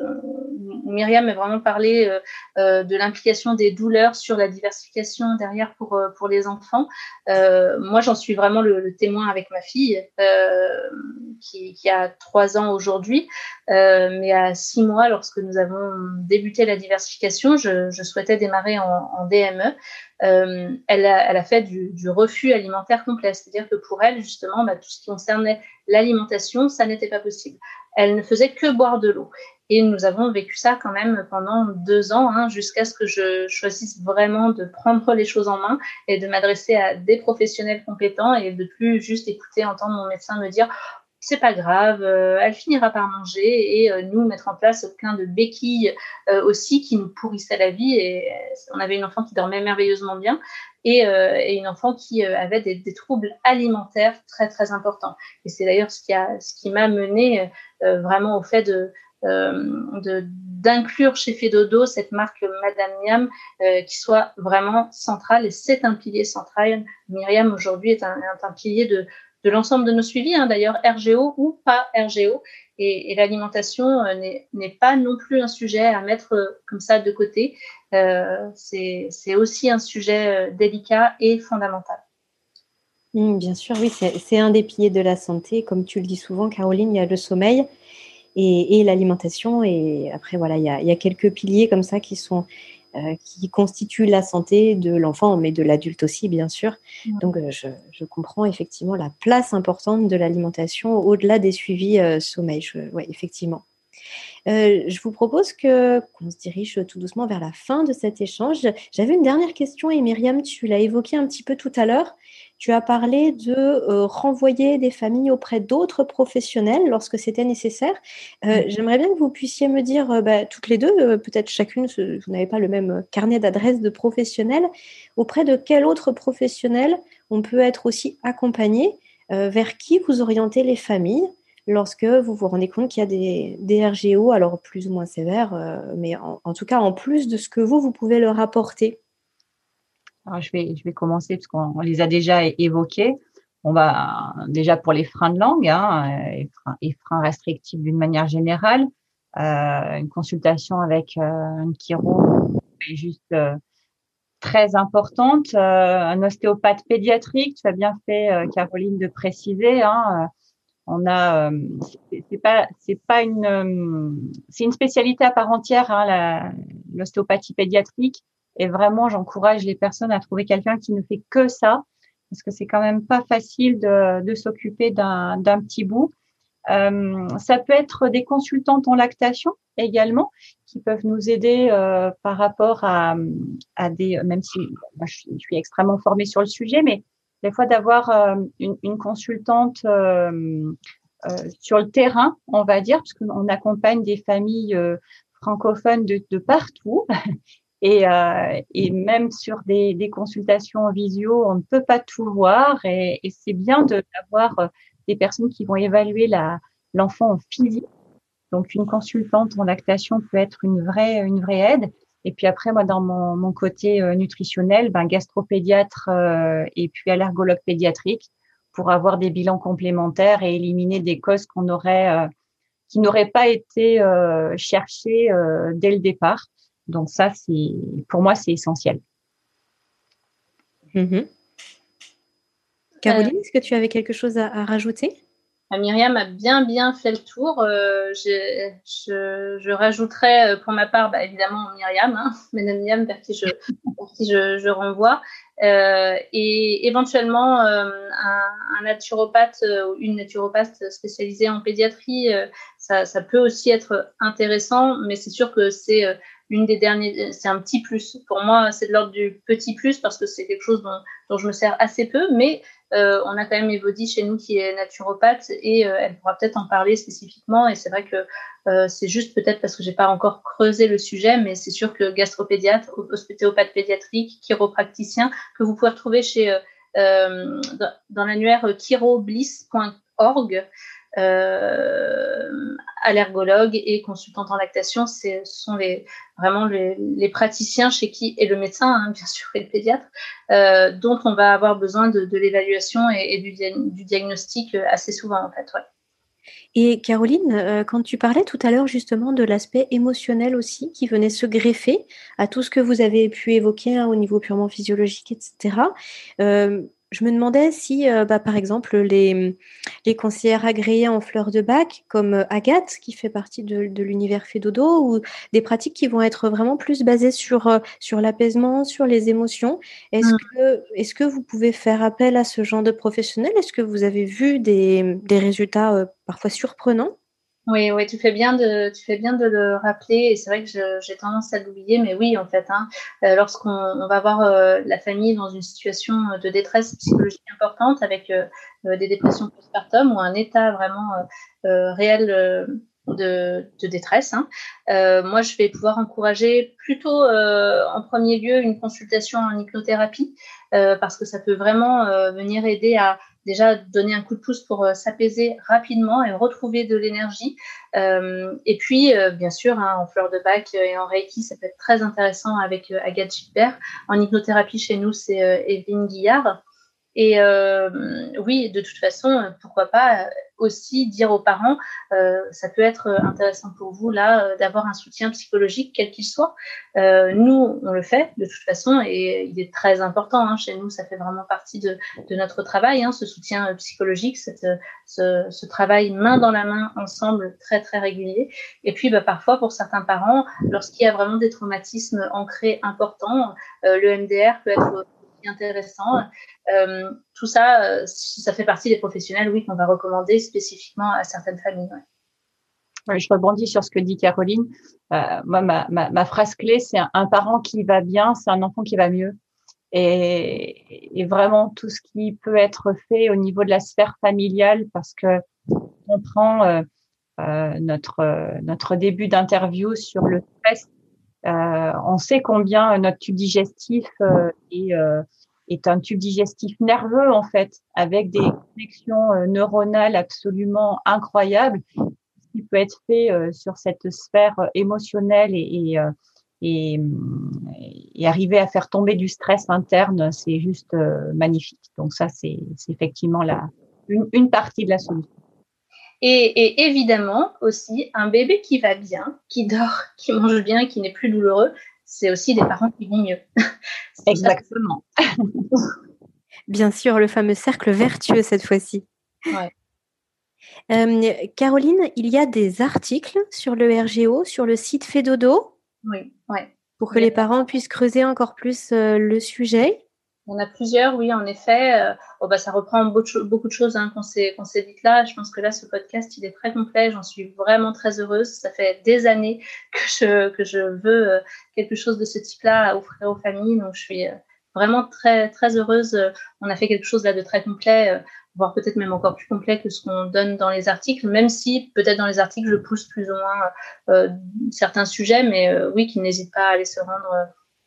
Speaker 2: où Myriam a vraiment parlé euh, euh, de l'implication des douleurs sur la diversification derrière pour, euh, pour les enfants. Euh, moi, j'en suis vraiment le, le témoin avec ma fille euh, qui, qui a trois ans aujourd'hui, euh, mais à six mois, lorsque nous avons débuté la diversification, je, je souhaitais démarrer en, en D M E. Euh, elle, a, elle a fait du, du refus alimentaire complet, c'est-à-dire que pour elle, justement, bah, tout ce qui concernait l'alimentation, ça n'était pas possible. Elle ne faisait que boire de l'eau. Et nous avons vécu ça quand même pendant deux ans, hein, jusqu'à ce que je choisisse vraiment de prendre les choses en main et de m'adresser à des professionnels compétents et de plus juste écouter, entendre mon médecin me dire c'est pas grave, euh, elle finira par manger et euh, nous mettre en place plein de béquilles euh, aussi qui nous pourrissaient la vie. Et euh, on avait une enfant qui dormait merveilleusement bien et, euh, et une enfant qui euh, avait des, des troubles alimentaires très très importants. Et c'est d'ailleurs ce qui a, ce qui m'a menée euh, vraiment au fait de, euh, de d'inclure chez Fedodo cette marque Madame Miam euh, qui soit vraiment centrale. Et c'est un pilier central. Myriam aujourd'hui est un, est un pilier de de l'ensemble de nos suivis, hein, d'ailleurs R G O ou pas R G O. Et, et l'alimentation euh, n'est, n'est pas non plus un sujet à mettre euh, comme ça de côté. Euh, c'est, c'est aussi un sujet euh, délicat et fondamental.
Speaker 1: Mmh, bien sûr, oui, c'est, c'est un des piliers de la santé. Comme tu le dis souvent, Caroline, il y a le sommeil et, et l'alimentation. Et après, voilà, il y a, il y a quelques piliers comme ça qui sont... Euh, qui constitue la santé de l'enfant, mais de l'adulte aussi, bien sûr. Mmh. Donc, euh, je, je comprends effectivement la place importante de l'alimentation au-delà des suivis euh, sommeil. Oui, effectivement. Euh, je vous propose que, qu'on se dirige tout doucement vers la fin de cet échange. J'avais une dernière question et Myriam, tu l'as évoqué un petit peu tout à l'heure. Tu as parlé de euh, renvoyer des familles auprès d'autres professionnels lorsque c'était nécessaire. Euh, j'aimerais bien que vous puissiez me dire, euh, bah, toutes les deux, euh, peut-être chacune, vous n'avez pas le même carnet d'adresses de professionnels, auprès de quel autre professionnel on peut être aussi accompagné, euh, vers qui vous orientez les familles lorsque vous vous rendez compte qu'il y a des, des R G O, alors plus ou moins sévères, euh, mais en, en tout cas en plus de ce que vous, vous pouvez leur apporter.
Speaker 3: Alors, je vais, je vais commencer parce qu'on on les a déjà évoqués. On va déjà pour les freins de langue, hein, et, freins, et freins restrictifs d'une manière générale. Euh, une consultation avec euh, un chiro est juste euh, très importante. Euh, un ostéopathe pédiatrique, tu as bien fait, euh, Caroline, de préciser. Hein, on a, euh, c'est, c'est pas, c'est pas une, euh, c'est une spécialité à part entière, hein, la, l'ostéopathie pédiatrique. Et vraiment, j'encourage les personnes à trouver quelqu'un qui ne fait que ça, parce que c'est quand même pas facile de, de s'occuper d'un, d'un petit bout. Euh, ça peut être des consultantes en lactation également, qui peuvent nous aider euh, par rapport à, à des, même si moi, je, suis, je suis extrêmement formée sur le sujet, mais des fois d'avoir euh, une, une consultante euh, euh, sur le terrain, on va dire, parce qu'on accompagne des familles euh, francophones de, de partout. Et, euh, et même sur des, des consultations en visio, on ne peut pas tout voir. Et, et c'est bien de, d'avoir des personnes qui vont évaluer la, l'enfant en physique. Donc, une consultante en lactation peut être une vraie, une vraie aide. Et puis après, moi, dans mon, mon côté euh, nutritionnel, ben, gastropédiatre euh, et puis allergologue pédiatrique pour avoir des bilans complémentaires et éliminer des causes qu'on aurait, euh, qui n'auraient pas été euh, cherchées euh, dès le départ. Donc ça, c'est, pour moi, c'est essentiel.
Speaker 1: Mmh. Caroline, euh, est-ce que tu avais quelque chose à, à rajouter ?
Speaker 2: Myriam a bien, bien fait le tour. Euh, je, je, je rajouterais pour ma part, bah, évidemment, Myriam, hein, Madame Myriam, vers qui je, vers qui je, je renvoie. Euh, et éventuellement, euh, un, un naturopathe ou une naturopathe spécialisée en pédiatrie, euh, ça, ça peut aussi être intéressant, mais c'est sûr que c'est euh, une des dernières, c'est un petit plus. Pour moi, c'est de l'ordre du petit plus parce que c'est quelque chose dont, dont je me sers assez peu, mais Euh, on a quand même Évodie chez nous qui est naturopathe et euh, elle pourra peut-être en parler spécifiquement. Et c'est vrai que euh, c'est juste peut-être parce que j'ai pas encore creusé le sujet, mais c'est sûr que gastropédiatre, ostéopathe pédiatrique, chiropraticien, que vous pouvez retrouver chez euh, euh, dans, dans l'annuaire chirobliss point org. Euh, allergologue et consultante en lactation, c'est, ce sont les, vraiment les, les praticiens chez qui, et le médecin, hein, bien sûr, et le pédiatre, euh, dont on va avoir besoin de, de l'évaluation et, et du, du diagnostic assez souvent, en fait. Ouais.
Speaker 1: Et Caroline, euh, quand tu parlais tout à l'heure justement de l'aspect émotionnel aussi qui venait se greffer à tout ce que vous avez pu évoquer hein, au niveau purement physiologique, et cetera, euh, je me demandais si, euh, bah, par exemple, les, les conseillères agréées en fleurs de bac, comme Agathe, qui fait partie de, de l'univers Fédodo, ou des pratiques qui vont être vraiment plus basées sur, euh, sur l'apaisement, sur les émotions, est-ce, mmh. que, est-ce que vous pouvez faire appel à ce genre de professionnels ? Est-ce que vous avez vu des, des résultats euh, parfois surprenants ?
Speaker 2: Oui, oui, tu fais bien de, tu fais bien de le rappeler et c'est vrai que je, j'ai tendance à l'oublier, mais oui, en fait, hein, euh, lorsqu'on on va voir euh, la famille dans une situation de détresse psychologique importante avec euh, des dépressions postpartum ou un état vraiment euh, euh, réel euh, de, de détresse, hein, euh, moi, je vais pouvoir encourager plutôt euh, en premier lieu une consultation en hypnothérapie euh, parce que ça peut vraiment euh, venir aider à déjà donner un coup de pouce pour euh, s'apaiser rapidement et retrouver de l'énergie. Euh, et puis, euh, bien sûr, hein, en fleurs de bac et en Reiki, ça peut être très intéressant avec euh, Agathe Gilbert. En hypnothérapie, chez nous, c'est euh, Evelyne Guillard. Et euh, oui, de toute façon, pourquoi pas aussi dire aux parents, euh, ça peut être intéressant pour vous là euh, d'avoir un soutien psychologique quel qu'il soit. Euh, nous, on le fait de toute façon et il est très important. Hein, chez nous, ça fait vraiment partie de, de notre travail, hein, ce soutien psychologique, cette, ce, ce travail main dans la main ensemble très très régulier. Et puis, bah, parfois pour certains parents, lorsqu'il y a vraiment des traumatismes ancrés importants, euh, le M D R peut être intéressant. Euh, tout ça, euh, ça fait partie des professionnels, oui, qu'on va recommander spécifiquement à certaines familles. Ouais.
Speaker 3: Ouais, je rebondis sur ce que dit Caroline. Euh, moi, ma, ma, ma phrase clé, c'est un, un parent qui va bien, c'est un enfant qui va mieux. Et, et vraiment tout ce qui peut être fait au niveau de la sphère familiale, parce que on prend euh, euh, notre euh, notre début d'interview sur le stress. Euh, on sait combien notre tube digestif euh, est, euh, est un tube digestif nerveux en fait, avec des connexions euh, neuronales absolument incroyables, ce qui peut être fait euh, sur cette sphère émotionnelle et, et, euh, et, et arriver à faire tomber du stress interne, c'est juste euh, magnifique. Donc ça, c'est, c'est effectivement la, une, une partie de la solution.
Speaker 2: Et, et évidemment aussi, un bébé qui va bien, qui dort, qui mange bien, qui n'est plus douloureux, c'est aussi des parents qui vont mieux.
Speaker 3: Exactement.
Speaker 1: Bien sûr, le fameux cercle vertueux cette fois-ci.
Speaker 2: Ouais.
Speaker 1: Euh, Caroline, il y a des articles sur le R G O, sur le site Fédodo.
Speaker 2: Oui, ouais.
Speaker 1: Pour que oui. les parents puissent creuser encore plus euh, le sujet.
Speaker 2: Il y en a plusieurs, oui, en effet. Euh, oh, bah, ça reprend beaucoup de, beaucoup de choses hein, qu'on s'est, qu'on s'est dites là. Je pense que là, ce podcast, il est très complet. J'en suis vraiment très heureuse. Ça fait des années que je, que je veux euh, quelque chose de ce type-là à offrir aux familles. Donc, je suis euh, vraiment très, très heureuse. On a fait quelque chose là de très complet, euh, voire peut-être même encore plus complet que ce qu'on donne dans les articles, même si peut-être dans les articles, je pousse plus ou moins euh, certains sujets, mais euh, oui, qu'ils n'hésitent pas à aller se rendre euh,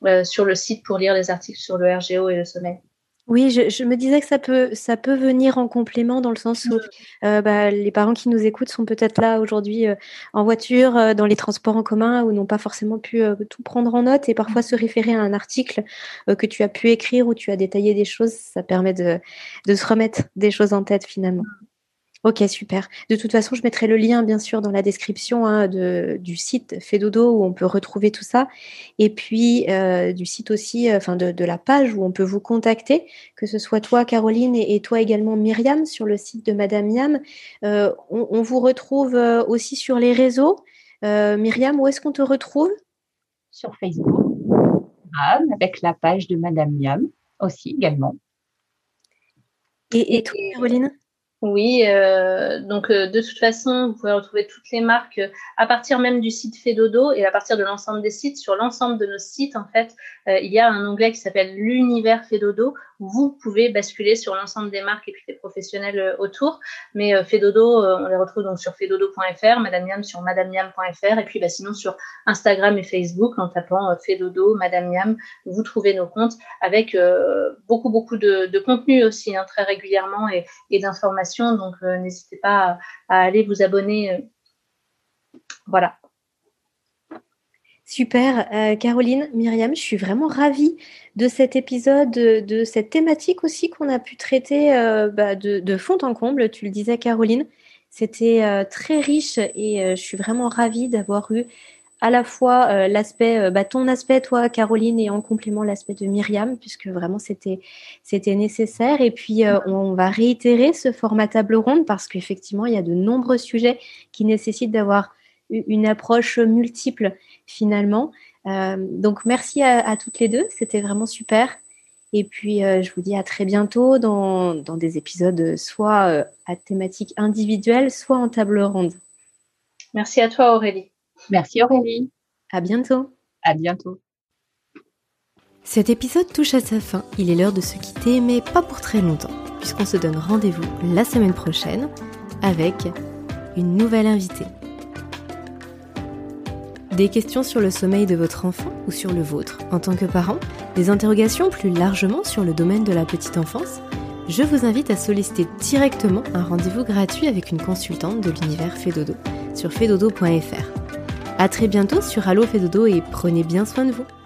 Speaker 2: euh, sur le site pour lire les articles sur le R G O et le sommeil.
Speaker 1: Oui, je, je me disais que ça peut, ça peut venir en complément dans le sens où euh, bah, les parents qui nous écoutent sont peut-être là aujourd'hui euh, en voiture, euh, dans les transports en commun, ou n'ont pas forcément pu euh, tout prendre en note, et parfois se référer à un article euh, que tu as pu écrire où tu as détaillé des choses, ça permet de, de se remettre des choses en tête finalement. Ok, super. De toute façon, je mettrai le lien, bien sûr, dans la description hein, de, du site Fedodo où on peut retrouver tout ça. Et puis, euh, du site aussi, euh, enfin, de, de la page où on peut vous contacter, que ce soit toi, Caroline, et, et toi également, Myriam, sur le site de Madame Miam. Euh, on, on vous retrouve euh, aussi sur les réseaux. Euh, Myriam, où est-ce qu'on te retrouve?
Speaker 3: Sur Facebook, avec la page de Madame Miam aussi également.
Speaker 1: Et, et toi, Caroline?
Speaker 2: Oui, euh, donc euh, de toute façon, vous pouvez retrouver toutes les marques euh, à partir même du site Fedodo et à partir de l'ensemble des sites. Sur l'ensemble de nos sites, en fait, euh, il y a un onglet qui s'appelle l'univers Fedodo où vous pouvez basculer sur l'ensemble des marques et puis des professionnels euh, autour. Mais euh, Fedodo, euh, on les retrouve donc sur fedodo point f r, Madame Miam sur madame miam point f r et puis bah, sinon sur Instagram et Facebook en tapant euh, Fedodo, Madame Miam, vous trouvez nos comptes avec euh, beaucoup, beaucoup de, de contenu aussi, hein, très régulièrement et, et d'informations. Donc, euh, n'hésitez pas à, à aller vous abonner. Euh, voilà.
Speaker 1: Super. Euh, Caroline, Myriam, je suis vraiment ravie de cet épisode, de, de cette thématique aussi qu'on a pu traiter euh, bah, de, de fond en comble. Tu le disais, Caroline. C'était euh, très riche et euh, je suis vraiment ravie d'avoir eu à la fois euh, l'aspect, euh, bah, ton aspect, toi, Caroline, et en complément l'aspect de Myriam, puisque vraiment c'était, c'était nécessaire. Et puis, euh, on, on va réitérer ce format table ronde parce qu'effectivement, il y a de nombreux sujets qui nécessitent d'avoir une approche multiple, finalement. Euh, donc, merci à, à toutes les deux. C'était vraiment super. Et puis, euh, je vous dis à très bientôt dans, dans des épisodes soit euh, à thématique individuelle, soit en table ronde.
Speaker 2: Merci à toi, Aurélie.
Speaker 3: Merci Aurélie.
Speaker 1: À bientôt.
Speaker 3: À bientôt.
Speaker 1: Cet épisode touche à sa fin. Il est l'heure de se quitter, mais pas pour très longtemps, puisqu'on se donne rendez-vous la semaine prochaine avec une nouvelle invitée. Des questions sur le sommeil de votre enfant ou sur le vôtre en tant que parent, des interrogations plus largement sur le domaine de la petite enfance, je vous invite à solliciter directement un rendez-vous gratuit avec une consultante de l'univers Fedodo sur fedodo point f r. À très bientôt sur Allo Fedodo et prenez bien soin de vous.